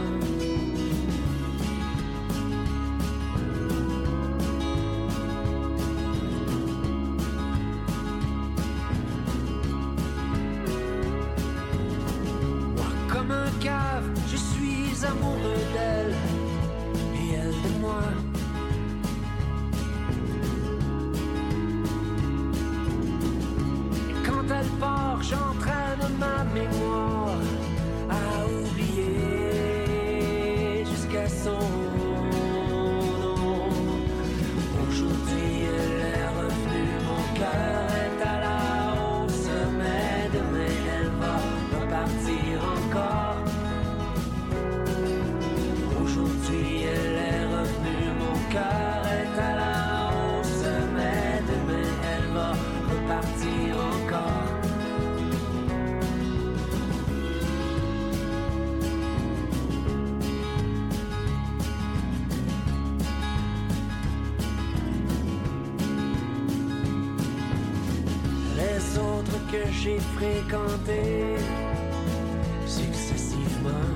Je suis amoureux d'elle et elle de moi. Et quand elle part, j'entraîne ma mémoire à oublier jusqu'à son nom. Aujourd'hui, elle est revenue, mon cœur est à la hausse, mais demain elle va repartir encore. Aujourd'hui elle est revenue, mon cœur est à la hausse, mais demain elle va repartir encore. que j'ai fréquentés successivement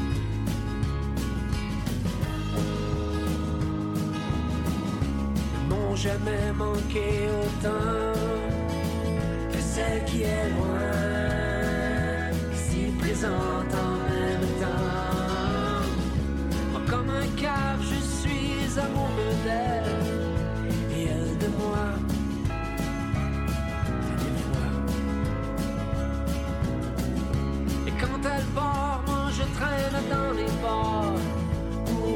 n'ont jamais manqué autant que celle qui est loin, si présente en même temps. Oh, comme un cave, je suis amoureux d'elle et elle de moi. Quand elle part, moi je traîne dans les bars pour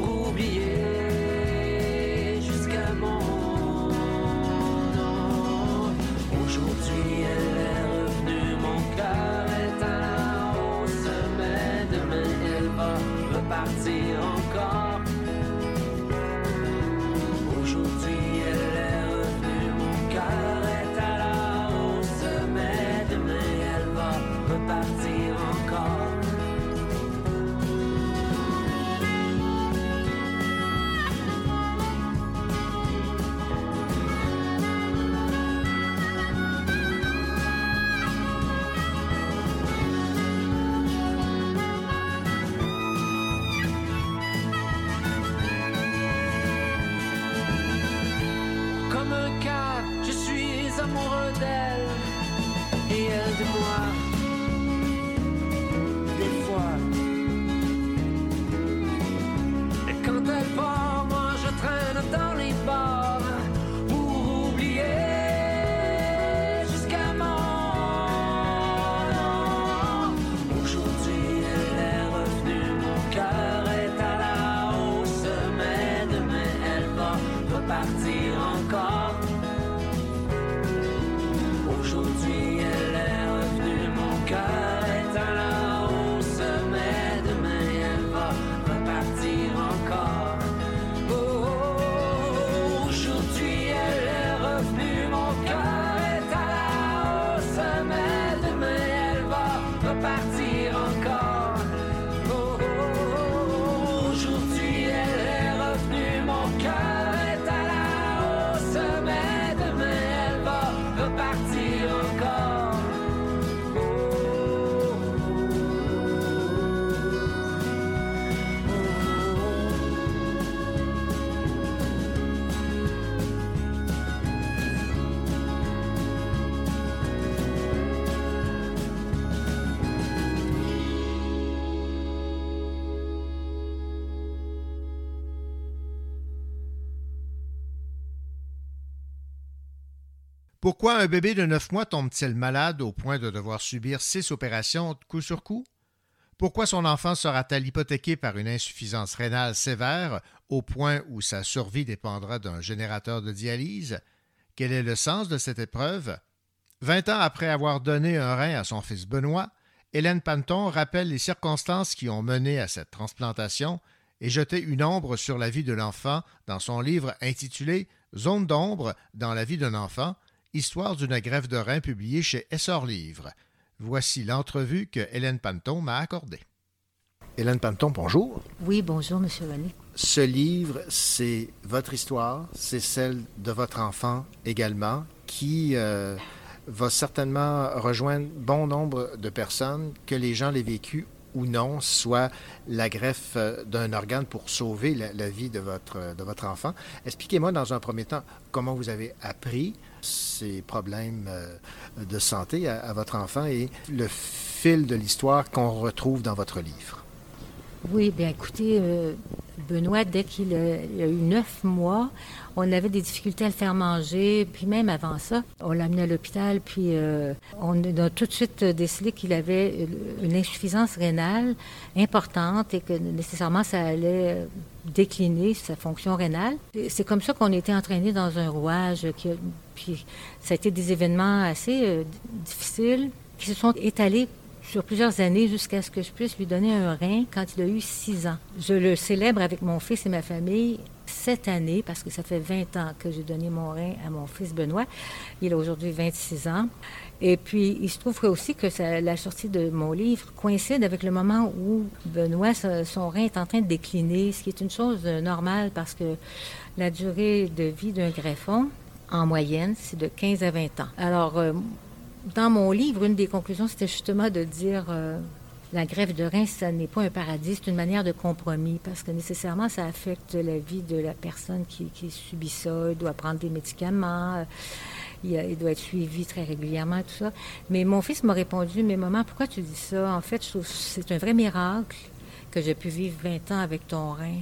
oublier jusqu'à mon nom. Aujourd'hui elle est revenue, mon cœur est à la hausse, mais demain elle va repartir encore. Aujourd'hui elle est revenue, mon cœur est à la hausse, mais demain elle va repartir encore. Comme un cave, je suis amoureux d'elle et elle de moi. Des fois, et quand elle part, moi je traîne dans les bars pour oublier jusqu'à mon. Aujourd'hui elle est revenue, mon cœur est à la hausse, mais demain elle va repartir encore. Aujourd'hui elle est revenue, mon cœur est à la hausse, mais demain elle va repartir encore. Oh, oh, oh, aujourd'hui elle est revenue, mon cœur est à la hausse, mais demain elle va repartir encore. Oh, oh, oh, aujourd'hui elle est revenue, mon cœur est à la hausse, mais demain elle va repartir encore. Pourquoi un bébé de neuf mois tombe-t-il malade au point de devoir subir six opérations coup sur coup? Pourquoi son enfant sera-t-elle hypothéquée par une insuffisance rénale sévère au point où sa survie dépendra d'un générateur de dialyse? Quel est le sens de cette épreuve? Vingt ans après avoir donné un rein à son fils Benoît, Hélène Panton rappelle les circonstances qui ont mené à cette transplantation et jeté une ombre sur la vie de l'enfant dans son livre intitulé « Zone d'ombre dans la vie d'un enfant », histoire d'une greffe de rein publiée chez Essor Livre. Voici l'entrevue que Hélène Panton m'a accordée. Hélène Panton, bonjour. Oui, bonjour, M. René. Ce livre, c'est votre histoire, c'est celle de votre enfant également, qui euh, va certainement rejoindre bon nombre de personnes, que les gens l'aient vécu ou non, soit la greffe d'un organe pour sauver la, la vie de votre, de votre enfant. Expliquez-moi dans un premier temps comment vous avez appris ces problèmes de santé à, à votre enfant et le fil de l'histoire qu'on retrouve dans votre livre. Oui, bien écoutez, euh, Benoît, dès qu'il a, il a eu neuf mois, on avait des difficultés à le faire manger, puis même avant ça, on l'a amené à l'hôpital, puis euh, on a tout de suite décidé qu'il avait une insuffisance rénale importante et que nécessairement ça allait décliner sa fonction rénale. C'est comme ça qu'on a été entraînés dans un rouage, qui a, puis ça a été des événements assez euh, difficiles qui se sont étalés sur plusieurs années jusqu'à ce que je puisse lui donner un rein quand il a eu six ans. Je le célèbre avec mon fils et ma famille cette année parce que ça fait vingt ans que j'ai donné mon rein à mon fils Benoît. Il a aujourd'hui vingt-six ans. Et puis, il se trouve aussi que ça, la sortie de mon livre coïncide avec le moment où Benoît, son rein est en train de décliner, ce qui est une chose normale parce que la durée de vie d'un greffon, en moyenne, c'est de quinze à vingt ans. Alors, euh, dans mon livre, une des conclusions, c'était justement de dire euh, la greffe de rein, ça n'est pas un paradis, c'est une manière de compromis, parce que nécessairement, ça affecte la vie de la personne qui, qui subit ça. Il doit prendre des médicaments, euh, il, il doit être suivi très régulièrement, tout ça. Mais mon fils m'a répondu, mais maman, pourquoi tu dis ça? En fait, je trouve que c'est un vrai miracle que j'ai pu vivre vingt ans avec ton rein.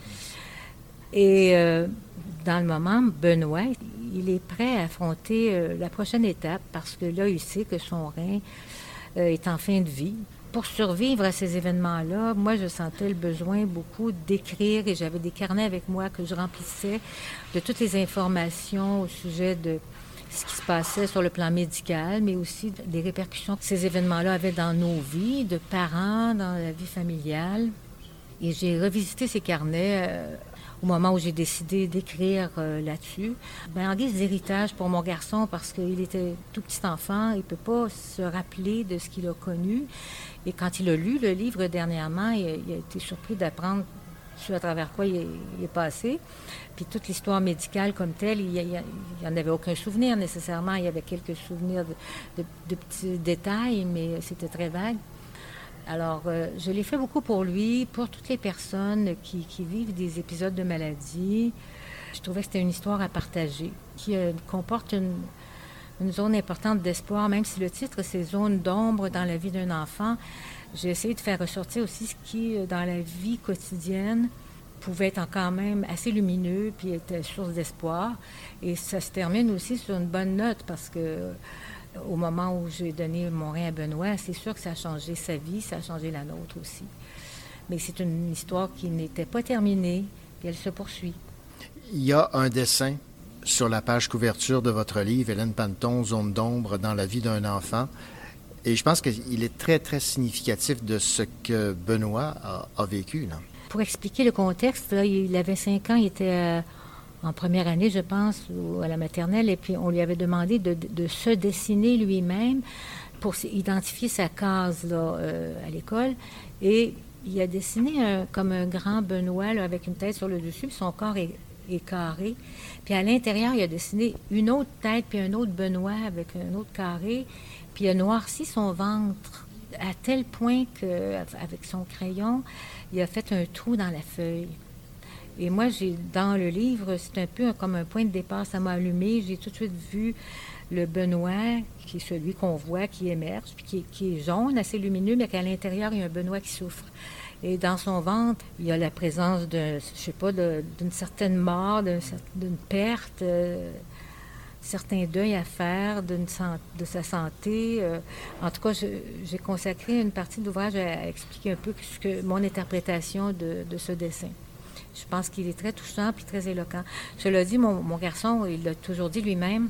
Et euh, dans le moment, Benoît, il est prêt à affronter euh, la prochaine étape parce que là, il sait que son rein euh, est en fin de vie. Pour survivre à ces événements-là, moi, je sentais le besoin beaucoup d'écrire et j'avais des carnets avec moi que je remplissais de toutes les informations au sujet de ce qui se passait sur le plan médical, mais aussi des répercussions que ces événements-là avaient dans nos vies, de parents, dans la vie familiale. Et j'ai revisité ces carnets euh, au moment où j'ai décidé d'écrire euh, là-dessus. Ben, en guise d'héritage pour mon garçon, parce qu'il était tout petit enfant, il ne peut pas se rappeler de ce qu'il a connu. Et quand il a lu le livre dernièrement, il a, il a été surpris d'apprendre ce à travers quoi il est, il est passé. Puis toute l'histoire médicale comme telle, il n'y en avait aucun souvenir nécessairement. Il y avait quelques souvenirs de, de, de petits détails, mais c'était très vague. Alors, euh, je l'ai fait beaucoup pour lui, pour toutes les personnes qui, qui vivent des épisodes de maladie. Je trouvais que c'était une histoire à partager, qui euh, comporte une, une zone importante d'espoir, même si le titre, c'est « Zone d'ombre dans la vie d'un enfant ». J'ai essayé de faire ressortir aussi ce qui, dans la vie quotidienne, pouvait être quand même assez lumineux, puis était source d'espoir. Et ça se termine aussi sur une bonne note, parce que au moment où j'ai donné mon rein à Benoît, c'est sûr que ça a changé sa vie, ça a changé la nôtre aussi. Mais c'est une histoire qui n'était pas terminée, puis elle se poursuit. Il y a un dessin sur la page couverture de votre livre, Hélène Panton, Zone d'ombre dans la vie d'un enfant. Et je pense qu'il est très, très significatif de ce que Benoît a, a vécu, là. Pour expliquer le contexte, là, il avait cinq ans, il était euh, en première année, je pense, ou à la maternelle, et puis on lui avait demandé de, de se dessiner lui-même pour identifier sa case là, euh, à l'école. Et il a dessiné un, comme un grand Benoît là, avec une tête sur le dessus, puis son corps est, est carré. Puis à l'intérieur, il a dessiné une autre tête, puis un autre Benoît avec un autre carré. Puis il a noirci son ventre à tel point qu'avec son crayon, il a fait un trou dans la feuille. Et moi, j'ai dans le livre, c'est un peu comme un point de départ, ça m'a allumé. J'ai tout de suite vu le Benoît, qui est celui qu'on voit, qui émerge, puis qui, qui est jaune, assez lumineux, mais qu'à l'intérieur, il y a un Benoît qui souffre. Et dans son ventre, il y a la présence de, je sais pas, de, d'une certaine mort, d'une, d'une perte, euh, certains deuils à faire d'une san- de sa santé. Euh, en tout cas, je, j'ai consacré une partie de l'ouvrage à, à expliquer un peu ce que, mon interprétation de, de ce dessin. Je pense qu'il est très touchant puis très éloquent. Cela dit, mon, mon garçon, il l'a toujours dit lui-même,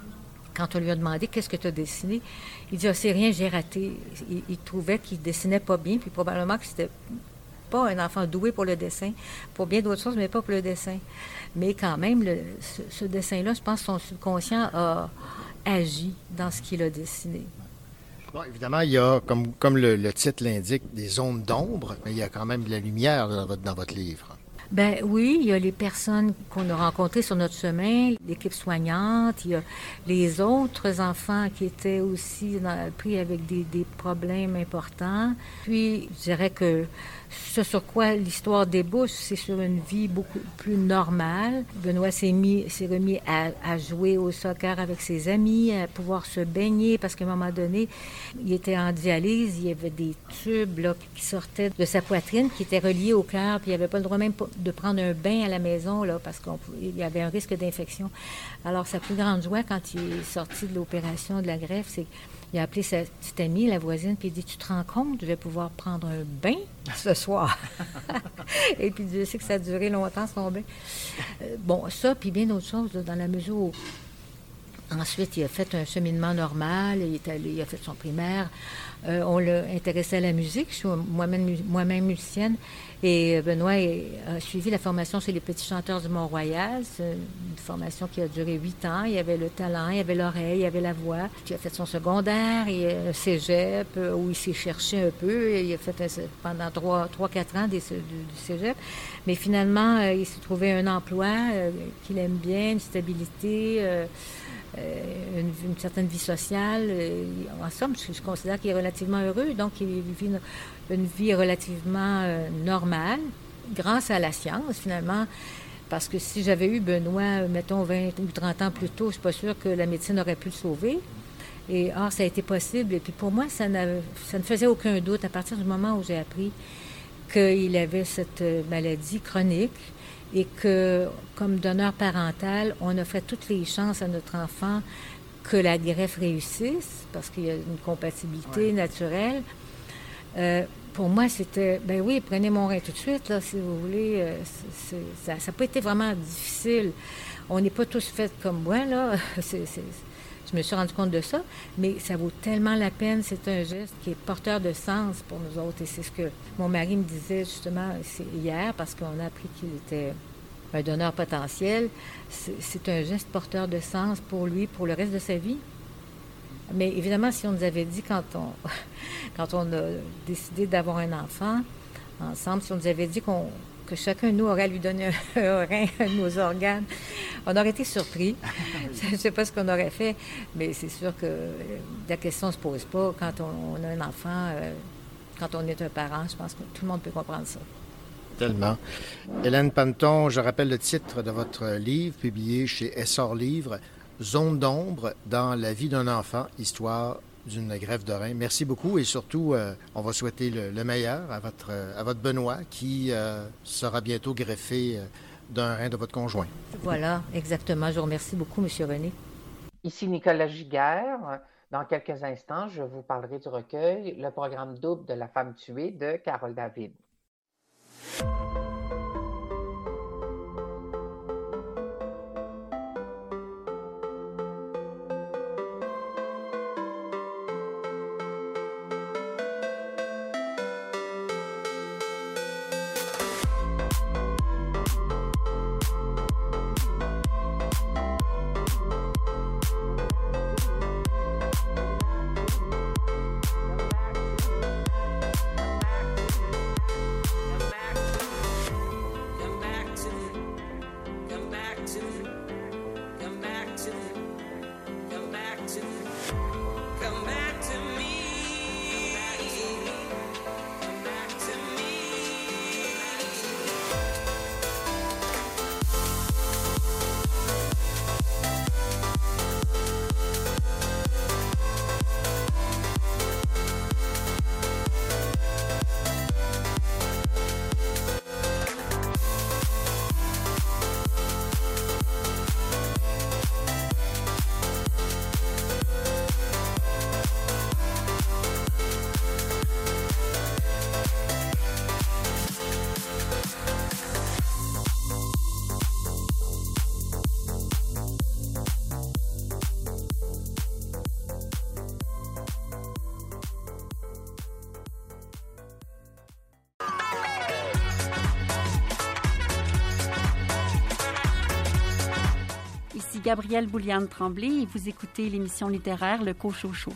quand on lui a demandé « Qu'est-ce que tu as dessiné? » Il dit « Ah, c'est rien, j'ai raté. » Il, il trouvait qu'il dessinait pas bien, puis probablement que c'était pas un enfant doué pour le dessin, pour bien d'autres choses, mais pas pour le dessin. Mais quand même, le, ce, ce dessin-là, je pense que son subconscient a agi dans ce qu'il a dessiné. Bon, évidemment, il y a, comme, comme le, le titre l'indique, des zones d'ombre, mais il y a quand même de la lumière dans votre, dans votre livre. Ben oui, il y a les personnes qu'on a rencontrées sur notre chemin, l'équipe soignante, il y a les autres enfants qui étaient aussi dans, pris avec des, des problèmes importants. Puis, je dirais que ce sur quoi l'histoire débouche, c'est sur une vie beaucoup plus normale. Benoît s'est, mis, s'est remis à, à jouer au soccer avec ses amis, à pouvoir se baigner, parce qu'à un moment donné, il était en dialyse, il y avait des tubes là, qui sortaient de sa poitrine, qui étaient reliés au cœur, puis il n'avait pas le droit même de prendre un bain à la maison, là, parce qu'il y avait un risque d'infection. Alors, sa plus grande joie, quand il est sorti de l'opération de la greffe, c'est qu'il a appelé sa petite amie, la voisine, puis il dit « Tu te rends compte, je vais pouvoir prendre un bain ce soir. » Et puis, Dieu sait que ça a duré longtemps, son bain. Euh, bon, ça, puis bien d'autres choses, là, dans la mesure où... Ensuite, il a fait un cheminement normal, il est allé, il a fait son primaire. Euh, on l'a intéressé à la musique, je suis moi-même, moi-même musicienne. Et Benoît a suivi la formation chez les Petits Chanteurs du Mont-Royal. C'est une formation qui a duré huit ans. Il y avait le talent, il y avait l'oreille, il y avait la voix. Puis il a fait son secondaire, il a un cégep où il s'est cherché un peu. Il a fait pendant trois, trois, quatre ans des, du, du cégep. Mais finalement, il s'est trouvé un emploi qu'il aime bien, une stabilité. euh, une, une certaine vie sociale. Et, en somme, je, je considère qu'il est relativement heureux, donc il vit une, une vie relativement euh, normale, grâce à la science, finalement. Parce que si j'avais eu Benoît, mettons, vingt ou trente ans plus tôt, je ne suis pas sûre que la médecine aurait pu le sauver. Et or, ça a été possible. Et puis pour moi, ça, ça ne faisait aucun doute à partir du moment où j'ai appris qu'il avait cette maladie chronique et que, comme donneur parental, on offrait toutes les chances à notre enfant que la greffe réussisse, parce qu'il y a une compatibilité ouais. naturelle. Euh, pour moi, c'était, ben oui, prenez mon rein tout de suite, là, si vous voulez. Euh, c'est, c'est, ça n'a pas été vraiment difficile. On n'est pas tous faits comme moi, là. c'est, c'est, Je me suis rendu compte de ça, mais ça vaut tellement la peine. C'est un geste qui est porteur de sens pour nous autres. Et c'est ce que mon mari me disait justement hier, parce qu'on a appris qu'il était un donneur potentiel. C'est, c'est un geste porteur de sens pour lui, pour le reste de sa vie. Mais évidemment, si on nous avait dit quand on, quand on a décidé d'avoir un enfant ensemble, si on nous avait dit qu'on que chacun de nous aurait à lui donner un, un rein, un de nos organes, on aurait été surpris. Je ne sais pas ce qu'on aurait fait, mais c'est sûr que la question ne se pose pas quand on, on a un enfant, euh, quand on est un parent. Je pense que tout le monde peut comprendre ça. Tellement. Hélène Panton, je rappelle le titre de votre livre, publié chez Essor Livre, « Zone d'ombre dans la vie d'un enfant, histoire d'une greffe de rein ». Merci beaucoup et surtout, euh, on va souhaiter le, le meilleur à votre, à votre Benoît qui euh, sera bientôt greffé euh, d'un rein de votre conjoint. Voilà, exactement. Je vous remercie beaucoup, M. René. Ici Nicolas Giguère. Dans quelques instants, je vous parlerai du recueil « Le programme double de la femme tuée » de Carole David. Gabrielle Bouliane-Tremblay et vous écoutez l'émission littéraire Le Cochocho.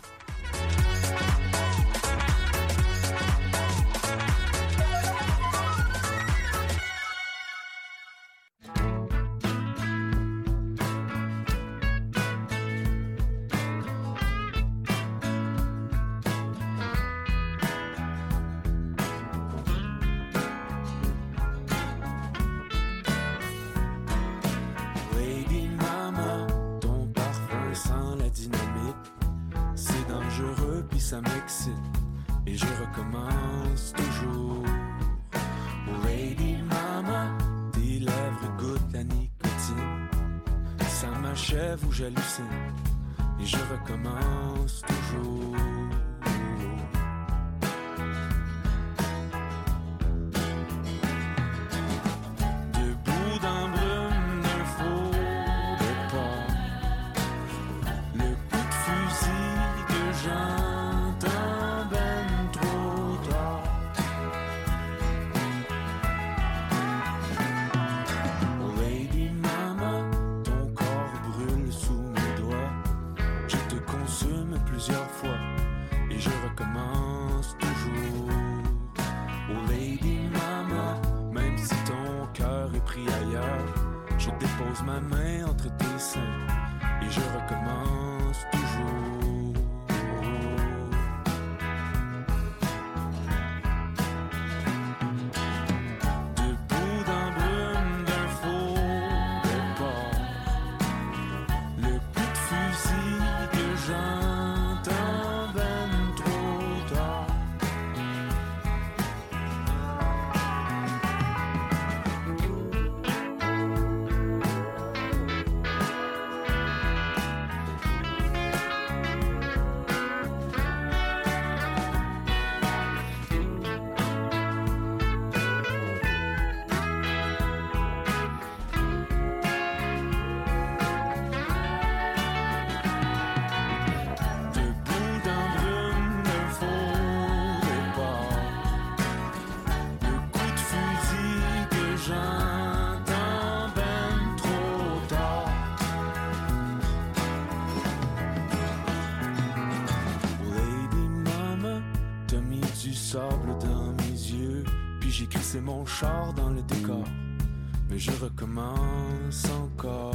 J'hallucine et je recommence toujours. Debout dans brume d'un faux départ, le coup de fusil que j'entends ben trop tard. Oh lady mama, ton corps brûle sous mes doigts. Je te consume plusieurs fois et je recommence toujours. Oh lady mama, même si ton cœur est pris ailleurs, je dépose ma main entre tes seins et je recommence toujours. Debout dans brume d'un faux départ, le coup de fusil que j'entends ben trop tard. Debout dans brume d'un faux départ, le coup de fusil que j'entends ben trop tard. Lady Mama, t'as mis du sable dans mes yeux, puis j'ai crissé mon char dans le décor, mais je recommence encore.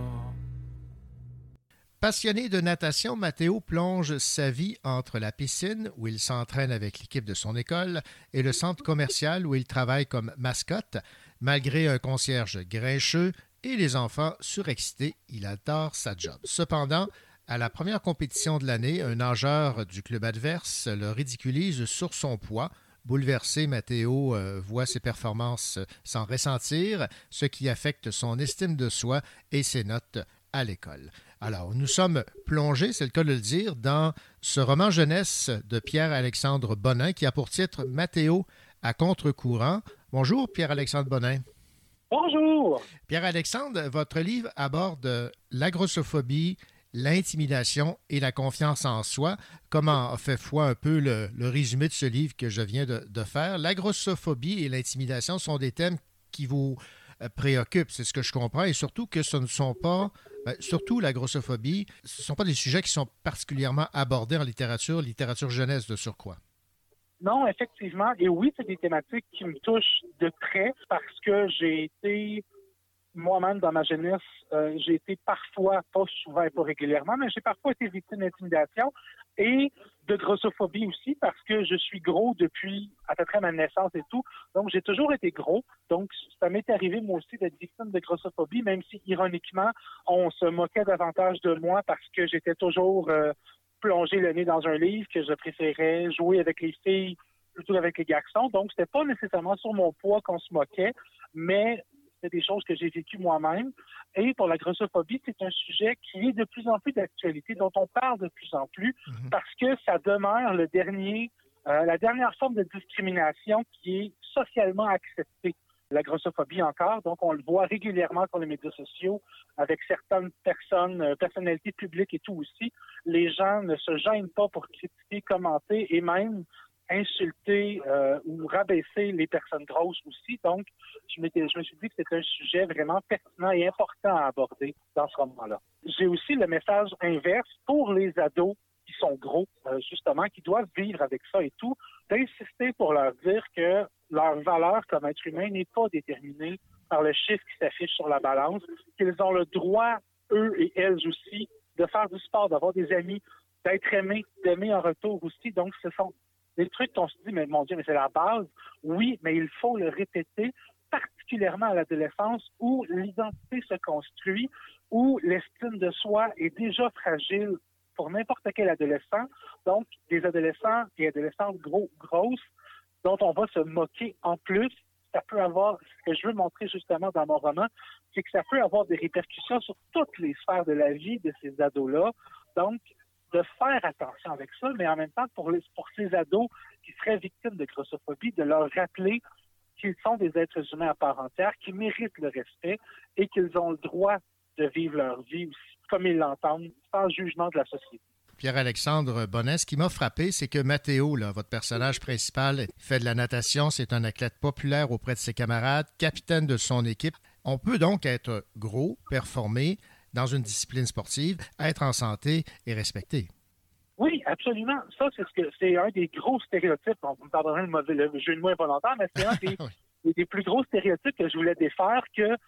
Passionné de natation, Matteo plonge sa vie entre la piscine, où il s'entraîne avec l'équipe de son école, et le centre commercial où il travaille comme mascotte. Malgré un concierge grincheux et les enfants surexcités, il adore sa job. Cependant, à la première compétition de l'année, un nageur du club adverse le ridiculise sur son poids. Bouleversé, Matteo euh, voit ses performances s'en ressentir, ce qui affecte son estime de soi et ses notes à l'école. Alors, nous sommes plongés, c'est le cas de le dire, dans ce roman jeunesse de Pierre-Alexandre Bonin qui a pour titre Matteo à contre-courant. Bonjour, Pierre-Alexandre Bonin. Bonjour. Pierre-Alexandre, votre livre aborde la grossophobie, l'intimidation et la confiance en soi. Comment a fait foi un peu le, le résumé de ce livre que je viens de, de faire? La grossophobie et l'intimidation sont des thèmes qui vous euh, préoccupent, c'est ce que je comprends, et surtout que ce ne sont pas, ben, surtout la grossophobie, ce ne sont pas des sujets qui sont particulièrement abordés en littérature, littérature jeunesse de surcroît. Non, effectivement. Et oui, c'est des thématiques qui me touchent de près parce que j'ai été, moi-même, dans ma jeunesse, euh, j'ai été parfois, pas souvent et pas régulièrement, mais j'ai parfois été victime d'intimidation et de grossophobie aussi parce que je suis gros depuis à peu près ma naissance et tout. Donc, j'ai toujours été gros. Donc, ça m'est arrivé, moi aussi, d'être victime de grossophobie, même si, ironiquement, on se moquait davantage de moi parce que j'étais toujours euh, plongé le nez dans un livre, que je préférais jouer avec les filles plutôt qu'avec les garçons. Donc, c'était pas nécessairement sur mon poids qu'on se moquait, mais c'est des choses que j'ai vécues moi-même. Et pour la grossophobie, c'est un sujet qui est de plus en plus d'actualité, dont on parle de plus en plus, mm-hmm. parce que ça demeure le dernier, euh, la dernière forme de discrimination qui est socialement acceptée. La grossophobie encore, donc on le voit régulièrement sur les médias sociaux avec certaines personnes, euh, personnalités publiques et tout aussi. Les gens ne se gênent pas pour critiquer, commenter et même insulter euh, ou rabaisser les personnes grosses aussi. Donc, je, m'étais, je me suis dit que c'était un sujet vraiment pertinent et important à aborder dans ce roman-là. J'ai aussi le message inverse pour les ados qui sont gros, euh, justement, qui doivent vivre avec ça et tout, d'insister pour leur dire que leur valeur comme être humain n'est pas déterminée par le chiffre qui s'affiche sur la balance, qu'ils ont le droit, eux et elles aussi, de faire du sport, d'avoir des amis, d'être aimés, d'aimer en retour aussi. Donc, ce sont des trucs qu'on se dit, mais mon Dieu, mais c'est la base. Oui, mais il faut le répéter, particulièrement à l'adolescence où l'identité se construit, où l'estime de soi est déjà fragile pour n'importe quel adolescent. Donc, des adolescents et adolescentes gros, grosses dont on va se moquer en plus, ça peut avoir, ce que je veux montrer justement dans mon roman, c'est que ça peut avoir des répercussions sur toutes les sphères de la vie de ces ados-là. Donc, de faire attention avec ça, mais en même temps, pour, les, pour ces ados qui seraient victimes de grossophobie, de leur rappeler qu'ils sont des êtres humains à part entière, qui méritent le respect et qu'ils ont le droit de vivre leur vie aussi, comme ils l'entendent, sans jugement de la société. Pierre-Alexandre Bonin, ce qui m'a frappé, c'est que Matteo, là, votre personnage principal, fait de la natation, c'est un athlète populaire auprès de ses camarades, capitaine de son équipe. On peut donc être gros, performer dans une discipline sportive, être en santé et respecté. Oui, absolument. Ça, c'est ce que c'est un des gros stéréotypes. On me pardonnera le, mauvais, le jeu de mots involontaire, mais c'est un des, oui. des plus gros stéréotypes que je voulais défaire, que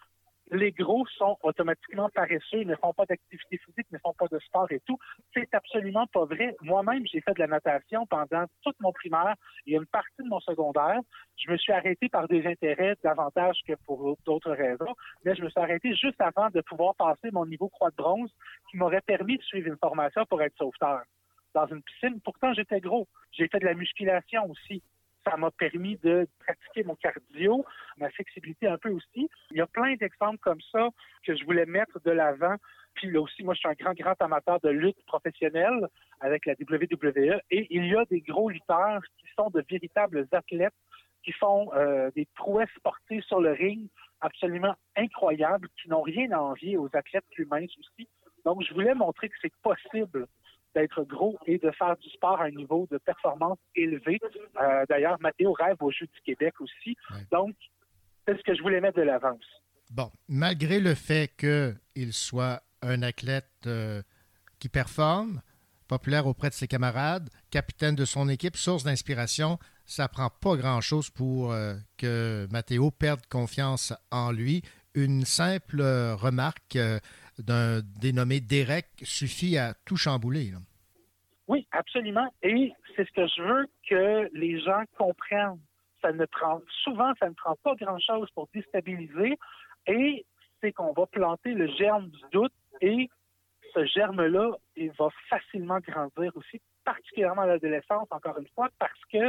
les gros sont automatiquement paresseux, ne font pas d'activité physique, ne font pas de sport et tout. C'est absolument pas vrai. Moi-même, j'ai fait de la natation pendant toute mon primaire et une partie de mon secondaire. Je me suis arrêté par des intérêts davantage que pour d'autres raisons, mais je me suis arrêté juste avant de pouvoir passer mon niveau croix de bronze qui m'aurait permis de suivre une formation pour être sauveteur dans une piscine. Pourtant, j'étais gros. J'ai fait de la musculation aussi. Ça m'a permis de pratiquer mon cardio, ma flexibilité un peu aussi. Il y a plein d'exemples comme ça que je voulais mettre de l'avant. Puis là aussi, moi, je suis un grand, grand amateur de lutte professionnelle avec la W W E. Et il y a des gros lutteurs qui sont de véritables athlètes, qui font euh, des prouesses sportives sur le ring absolument incroyables, qui n'ont rien à envier aux athlètes plus minces aussi. Donc, je voulais montrer que c'est possible d'être gros et de faire du sport à un niveau de performance élevé. Euh, d'ailleurs, Mathéo rêve aux Jeux du Québec aussi. Ouais. Donc, c'est ce que je voulais mettre de l'avant aussi. Bon, malgré le fait qu'il soit un athlète euh, qui performe, populaire auprès de ses camarades, capitaine de son équipe, source d'inspiration, ça prend pas grand-chose pour euh, que Mathéo perde confiance en lui. Une simple euh, remarque euh, d'un dénommé Derek suffit à tout chambouler. Là. Oui, absolument. Et c'est ce que je veux que les gens comprennent. Ça ne prend, souvent, ça ne prend pas grand-chose pour déstabiliser et c'est qu'on va planter le germe du doute et ce germe-là, il va facilement grandir aussi, particulièrement à l'adolescence, encore une fois, parce que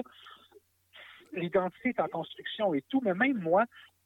l'identité est en construction et tout, mais même moi,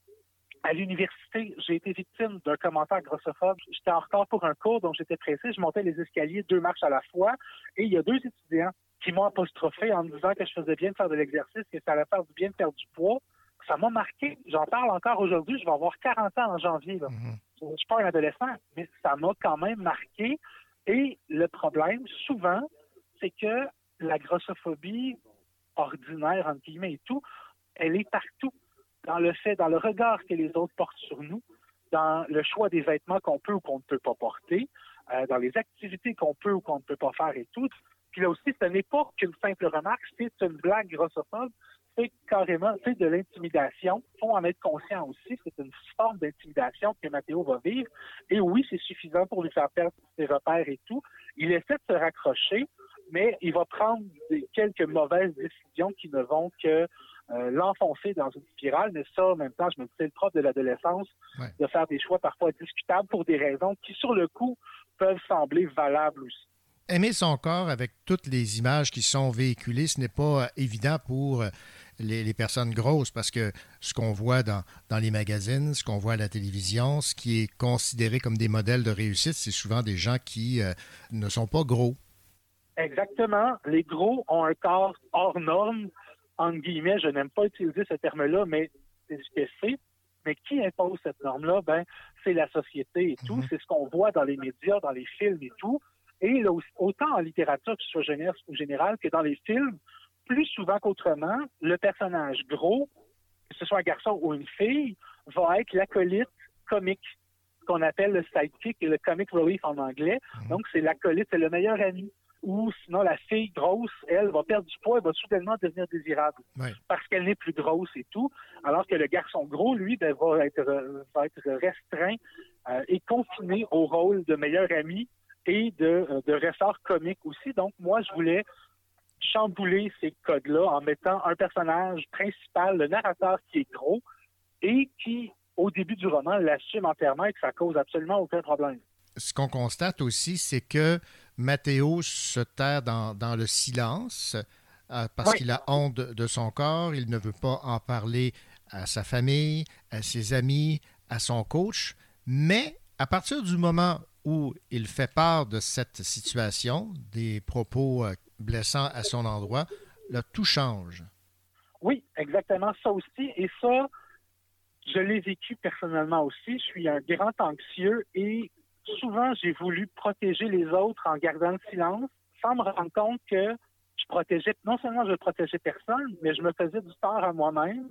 à l'université, j'ai été victime d'un commentaire grossophobe. J'étais en retard pour un cours, donc j'étais pressé. Je montais les escaliers deux marches à la fois. Et il y a deux étudiants qui m'ont apostrophé en me disant que je faisais bien de faire de l'exercice, que ça allait faire du bien de perdre du poids. Ça m'a marqué. J'en parle encore aujourd'hui. Je vais avoir quarante ans en janvier. Là. Mm-hmm. Je ne suis pas un adolescent, mais ça m'a quand même marqué. Et le problème, souvent, c'est que la grossophobie ordinaire, entre guillemets, et tout, elle est partout. Dans le fait, dans le regard que les autres portent sur nous, dans le choix des vêtements qu'on peut ou qu'on ne peut pas porter, euh, dans les activités qu'on peut ou qu'on ne peut pas faire et tout. Puis là aussi, ce n'est pas qu'une simple remarque, c'est une blague grossophobe, c'est carrément, c'est de l'intimidation. Il faut en être conscient aussi, c'est une forme d'intimidation que Mathéo va vivre. Et oui, c'est suffisant pour lui faire perdre ses repères et tout. Il essaie de se raccrocher, mais il va prendre des, quelques mauvaises décisions qui ne vont que Euh, l'enfoncer dans une spirale, mais ça, en même temps, je me dis, c'est le propre de l'adolescence ouais. de faire des choix parfois discutables pour des raisons qui, sur le coup, peuvent sembler valables aussi. Aimer son corps avec toutes les images qui sont véhiculées, ce n'est pas euh, évident pour euh, les, les personnes grosses parce que ce qu'on voit dans, dans les magazines, ce qu'on voit à la télévision, ce qui est considéré comme des modèles de réussite, c'est souvent des gens qui euh, ne sont pas gros. Exactement. Les gros ont un corps hors norme. En guillemets, je n'aime pas utiliser ce terme-là, mais c'est ce que c'est. Mais qui impose cette norme-là? Ben, c'est la société et tout. Mm-hmm. C'est ce qu'on voit dans les médias, dans les films et tout. Et là, autant en littérature, que ce soit jeunesse ou générale, que dans les films, plus souvent qu'autrement, le personnage gros, que ce soit un garçon ou une fille, va être l'acolyte comique, qu'on appelle le sidekick et le comic relief en anglais. Mm-hmm. Donc, c'est l'acolyte, c'est le meilleur ami. Ou sinon, la fille grosse, elle, va perdre du poids, elle va soudainement devenir désirable ouais. parce qu'elle n'est plus grosse et tout, alors que le garçon gros, lui, ben, va, être, va être restreint euh, et confiné au rôle de meilleur ami et de, de ressort comique aussi. Donc, moi, je voulais chambouler ces codes-là en mettant un personnage principal, le narrateur qui est gros et qui, au début du roman, l'assume entièrement et que ça cause absolument aucun problème. Ce qu'on constate aussi, c'est que Mathéo se terre dans, dans le silence euh, parce oui. qu'il a honte de, de son corps. Il ne veut pas en parler à sa famille, à ses amis, à son coach. Mais à partir du moment où il fait part de cette situation, des propos euh, blessants à son endroit, là, tout change. Oui, exactement ça aussi. Et ça, je l'ai vécu personnellement aussi. Je suis un grand anxieux et souvent, j'ai voulu protéger les autres en gardant le silence, sans me rendre compte que je protégeais, non seulement je ne protégeais personne, mais je me faisais du tort à moi-même.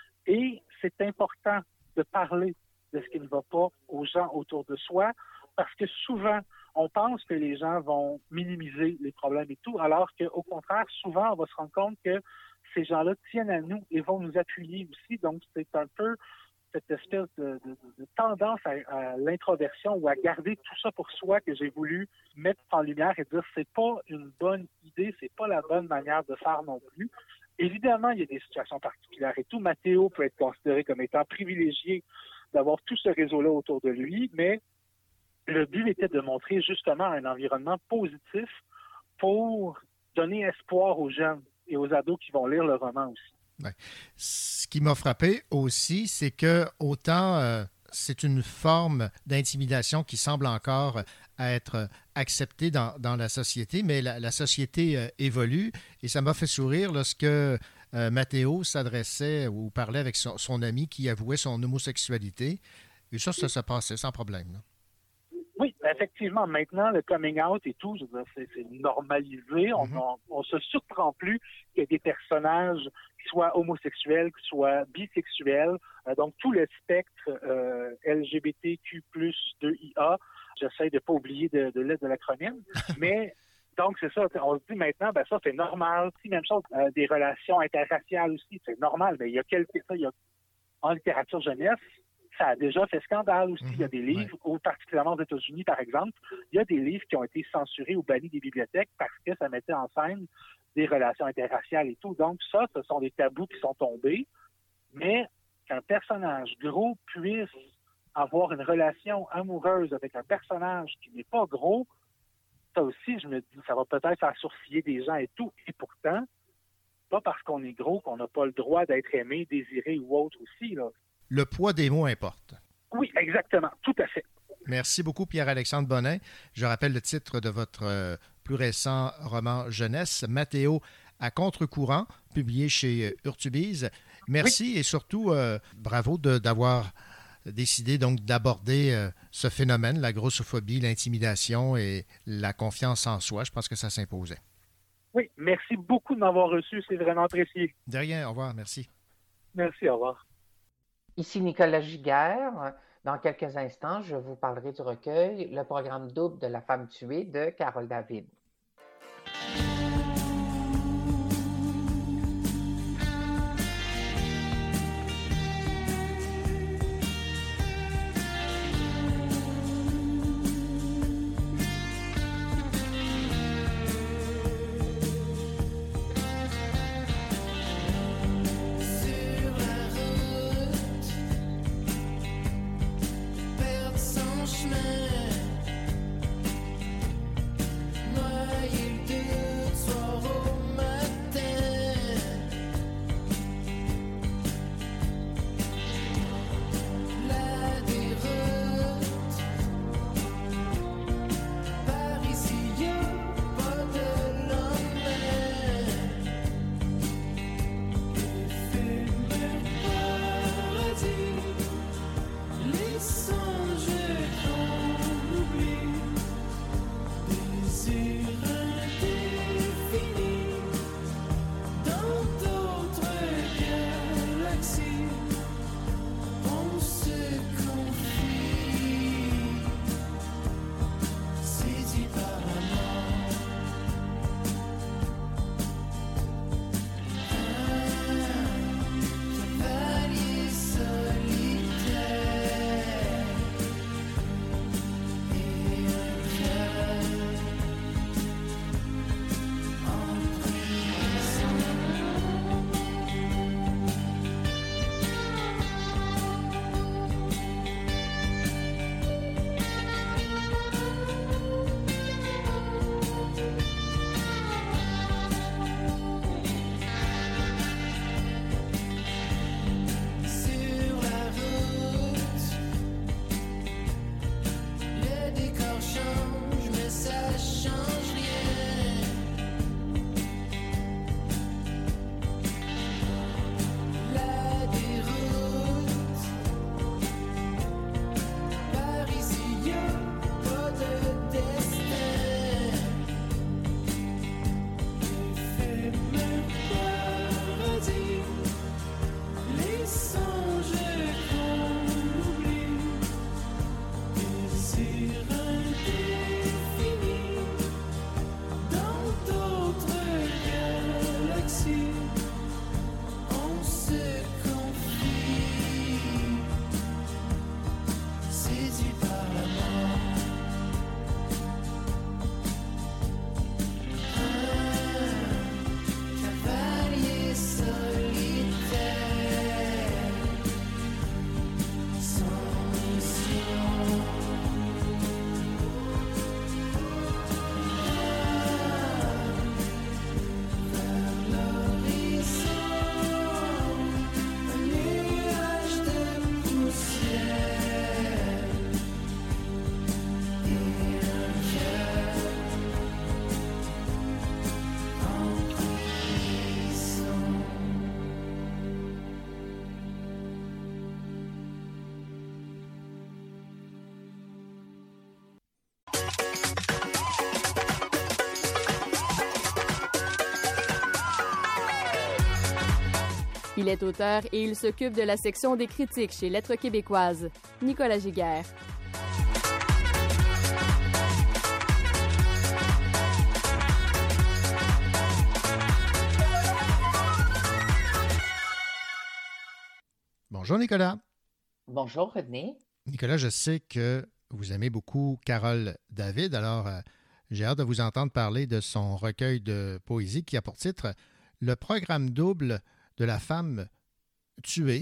Et c'est important de parler de ce qui ne va pas aux gens autour de soi, parce que souvent, on pense que les gens vont minimiser les problèmes et tout, alors qu'au contraire, souvent, on va se rendre compte que ces gens-là tiennent à nous et vont nous appuyer aussi. Donc, c'est un peu cette espèce de, de, de tendance à, à l'introversion ou à garder tout ça pour soi que j'ai voulu mettre en lumière et dire c'est pas une bonne idée, c'est pas la bonne manière de faire non plus. Évidemment, il y a des situations particulières et tout. Mathéo peut être considéré comme étant privilégié d'avoir tout ce réseau-là autour de lui, mais le but était de montrer justement un environnement positif pour donner espoir aux jeunes et aux ados qui vont lire le roman aussi. Ouais. Ce qui m'a frappé aussi, c'est que autant euh, c'est une forme d'intimidation qui semble encore être acceptée dans, dans la société, mais la, la société euh, évolue et ça m'a fait sourire lorsque euh, Mathéo s'adressait ou parlait avec son, son ami qui avouait son homosexualité. Et ça, ça se passait sans problème, là. Oui, effectivement. Maintenant, le coming out et tout, je veux dire, c'est, c'est normalisé. On Mm-hmm. ne se surprend plus qu'il y ait des personnages qui soient homosexuels, qui soient bisexuels. Euh, donc, tout le spectre euh, L G B T Q plus deux I A. J'essaie de ne pas oublier de, de l'aide de l'acronyme. Mais, donc, c'est ça. On se dit maintenant, ben ça, c'est normal. Puis, même chose, euh, des relations interraciales aussi, c'est normal. Mais il y a quelques... Ça, il y a, en littérature jeunesse, ça a déjà fait scandale aussi. Il y a des livres, ou particulièrement aux États-Unis, par exemple, il y a des livres qui ont été censurés ou bannis des bibliothèques parce que ça mettait en scène des relations interraciales et tout. Donc ça, ce sont des tabous qui sont tombés. Mais qu'un personnage gros puisse avoir une relation amoureuse avec un personnage qui n'est pas gros, ça aussi, je me dis, ça va peut-être faire sourciller des gens et tout. Et pourtant, pas parce qu'on est gros qu'on n'a pas le droit d'être aimé, désiré ou autre aussi, là. Le poids des mots importe. Oui, exactement, tout à fait. Merci beaucoup, Pierre-Alexandre Bonin. Je rappelle le titre de votre euh, plus récent roman jeunesse, Mathéo à contre-courant, publié chez Urtubise. Merci oui. Et surtout, euh, bravo de, d'avoir décidé donc d'aborder euh, ce phénomène, la grossophobie, l'intimidation et la confiance en soi. Je pense que ça s'imposait. Oui, merci beaucoup de m'avoir reçu. C'est vraiment apprécié. De rien. Au revoir. Merci. Merci. Au revoir. Ici Nicolas Giguère. Dans quelques instants, je vous parlerai du recueil Le programme double de la femme tuée de Carole David. Moi Il est auteur et il s'occupe de la section des critiques chez Lettres québécoises. Nicolas Giguère. Bonjour Nicolas. Bonjour René. Nicolas, je sais que vous aimez beaucoup Carole David, alors euh, j'ai hâte de vous entendre parler de son recueil de poésie qui a pour titre « Le programme double de la femme tuée »,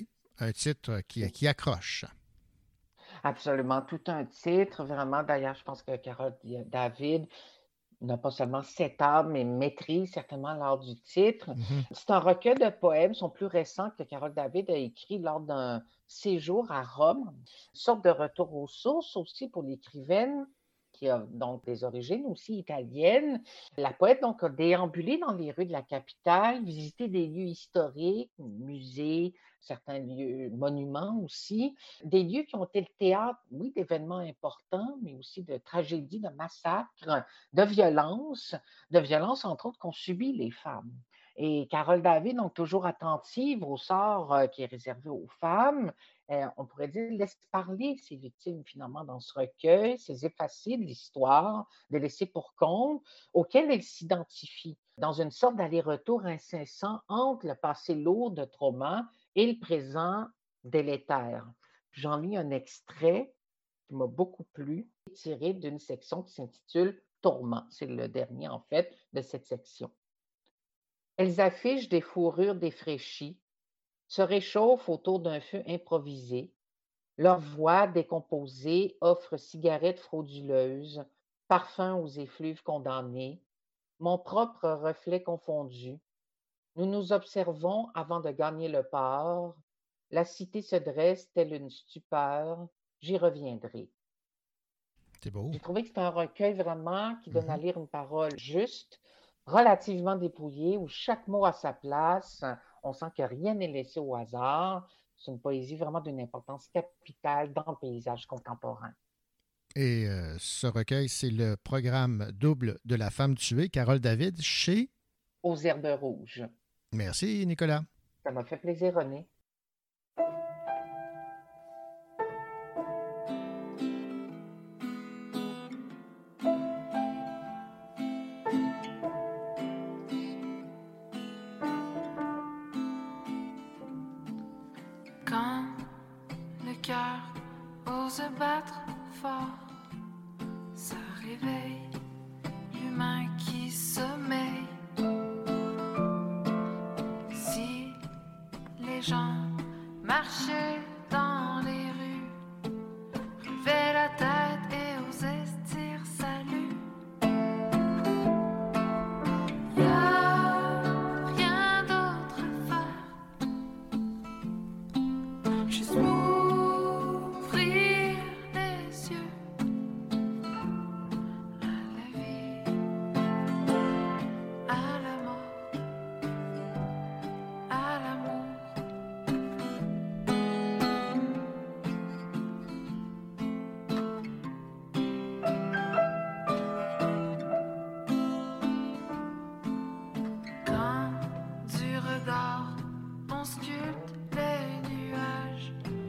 un titre qui, qui accroche. Absolument, tout un titre, vraiment. D'ailleurs, je pense que Carole David n'a pas seulement cette âme, mais maîtrise certainement l'art du titre. Mm-hmm. C'est un recueil de poèmes, sont plus récents que Carole David a écrit lors d'un séjour à Rome, une sorte de retour aux sources aussi pour l'écrivaine, qui a donc des origines aussi italiennes. La poète donc a déambulé dans les rues de la capitale, visité des lieux historiques, musées, certains lieux, monuments aussi, des lieux qui ont été le théâtre, oui, d'événements importants, mais aussi de tragédies, de massacres, de violences, de violences entre autres qu'ont subi les femmes. Et Carole David, donc toujours attentive au sort euh, qui est réservé aux femmes, euh, on pourrait dire, laisse parler ses victimes finalement dans ce recueil, ces effacés de l'histoire, des laissés pour compte, auxquels elle s'identifie, dans une sorte d'aller-retour incessant entre le passé lourd de trauma et le présent délétère. J'en lis un extrait qui m'a beaucoup plu, tiré d'une section qui s'intitule « Tourment ». C'est le dernier, en fait, de cette section. Elles affichent des fourrures défraîchies, se réchauffent autour d'un feu improvisé. Leur voix décomposée offre cigarettes frauduleuses, parfums aux effluves condamnés, mon propre reflet confondu. Nous nous observons avant de gagner le port. La cité se dresse telle une stupeur. J'y reviendrai. C'est beau. J'ai trouvé que c'est un recueil vraiment qui donne Mm-hmm. à lire une parole juste, relativement dépouillée, où chaque mot a sa place. On sent que rien n'est laissé au hasard. C'est une poésie vraiment d'une importance capitale dans le paysage contemporain. Et euh, ce recueil, c'est le programme double de la femme tuée, Carole David, chez... Aux Herbes Rouges. Merci, Nicolas. Ça m'a fait plaisir, René. Quand le cœur ose battre fort, ça réveille l'humain qui sommeille. Si les gens marchaient dans les rues, relevaient la tête et osaient se dire salut, y a rien d'autre à faire, juste m'ouvrir les yeux à la vie, à la mort, à l'amour. Quand du regard on sculpte les nuages,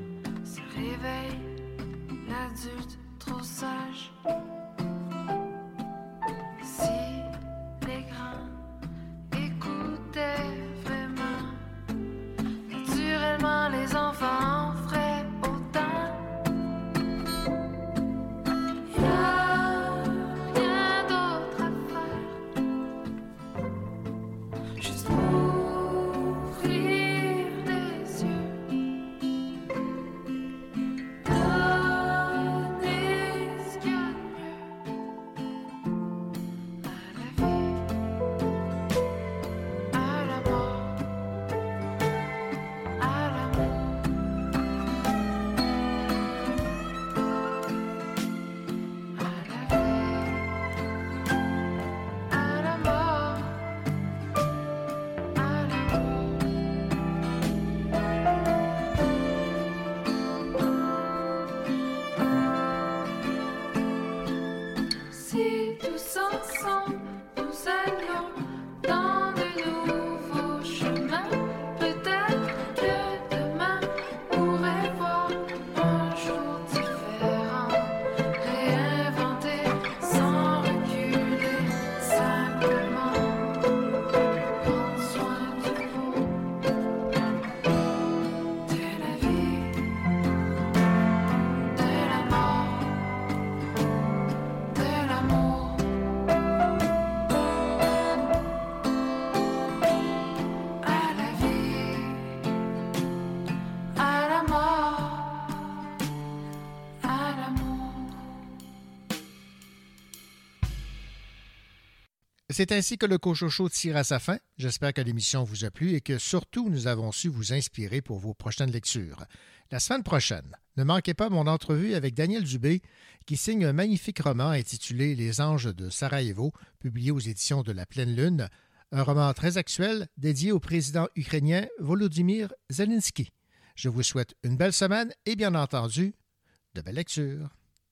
C'est ainsi que le Cochocho tire à sa fin. J'espère que l'émission vous a plu et que surtout nous avons su vous inspirer pour vos prochaines lectures. La semaine prochaine, ne manquez pas mon entrevue avec Daniel Dubé qui signe un magnifique roman intitulé Les Anges de Sarajevo, publié aux éditions de La Pleine Lune, un roman très actuel dédié au président ukrainien Volodymyr Zelensky. Je vous souhaite une belle semaine et bien entendu, de belles lectures.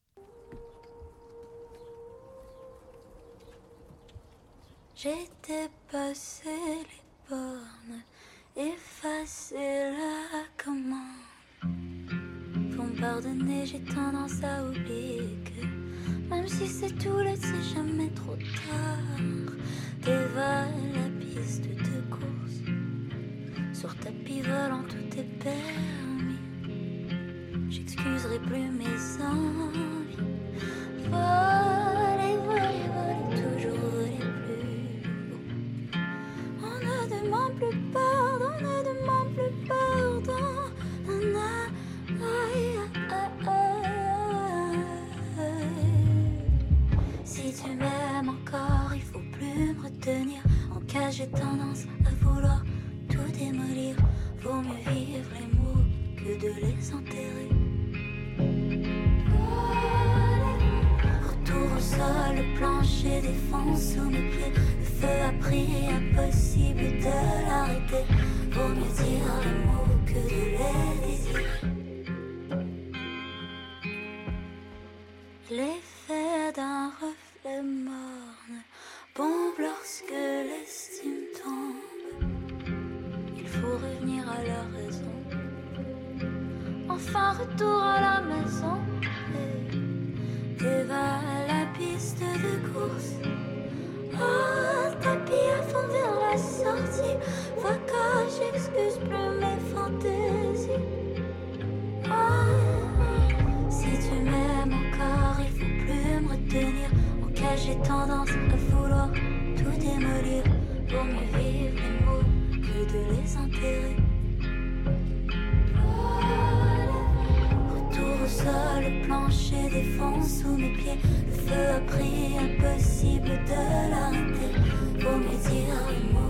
J'ai dépassé les bornes, effacé la commande. Pour me pardonner, j'ai tendance à oublier que même si c'est tout là, c'est jamais trop tard. Dévale la piste de course, sur tapis volant tout est permis. J'excuserai plus mes envies. Voler, voler, voler, toujours voler plus haut. On ne demande plus pardon, on ne demande plus pardon. Nana, aïe, aïe, aïe, aïe. Si tu m'aimes encore, il faut plus me retenir. En cas, j'ai tendance à vouloir tout démolir. Vaut mieux vivre les mots que de les enterrer. Retour au sol, le plancher défonce sous mes pieds. Le feu a pris, impossible de l'arrêter. Vaut mieux dire les mots que de les désirer. L'effet d'un reflet morne bombe lorsque l'estime tombe. Il faut revenir à la raison. Enfin retour à la maison. Dévale la piste de course. Oh, tapis à fond vers la sortie. Vaca, j'excuse plus mes fantaisies. Oh, si tu m'aimes encore, il faut plus me retenir. En cas, j'ai tendance à vouloir tout démolir. Pour mieux vivre les mots que de les enterrer. Retour au sol, le plancher défonce sous mes pieds. Le feu a pris, impossible de l'arrêter. Vaut mieux dire les mots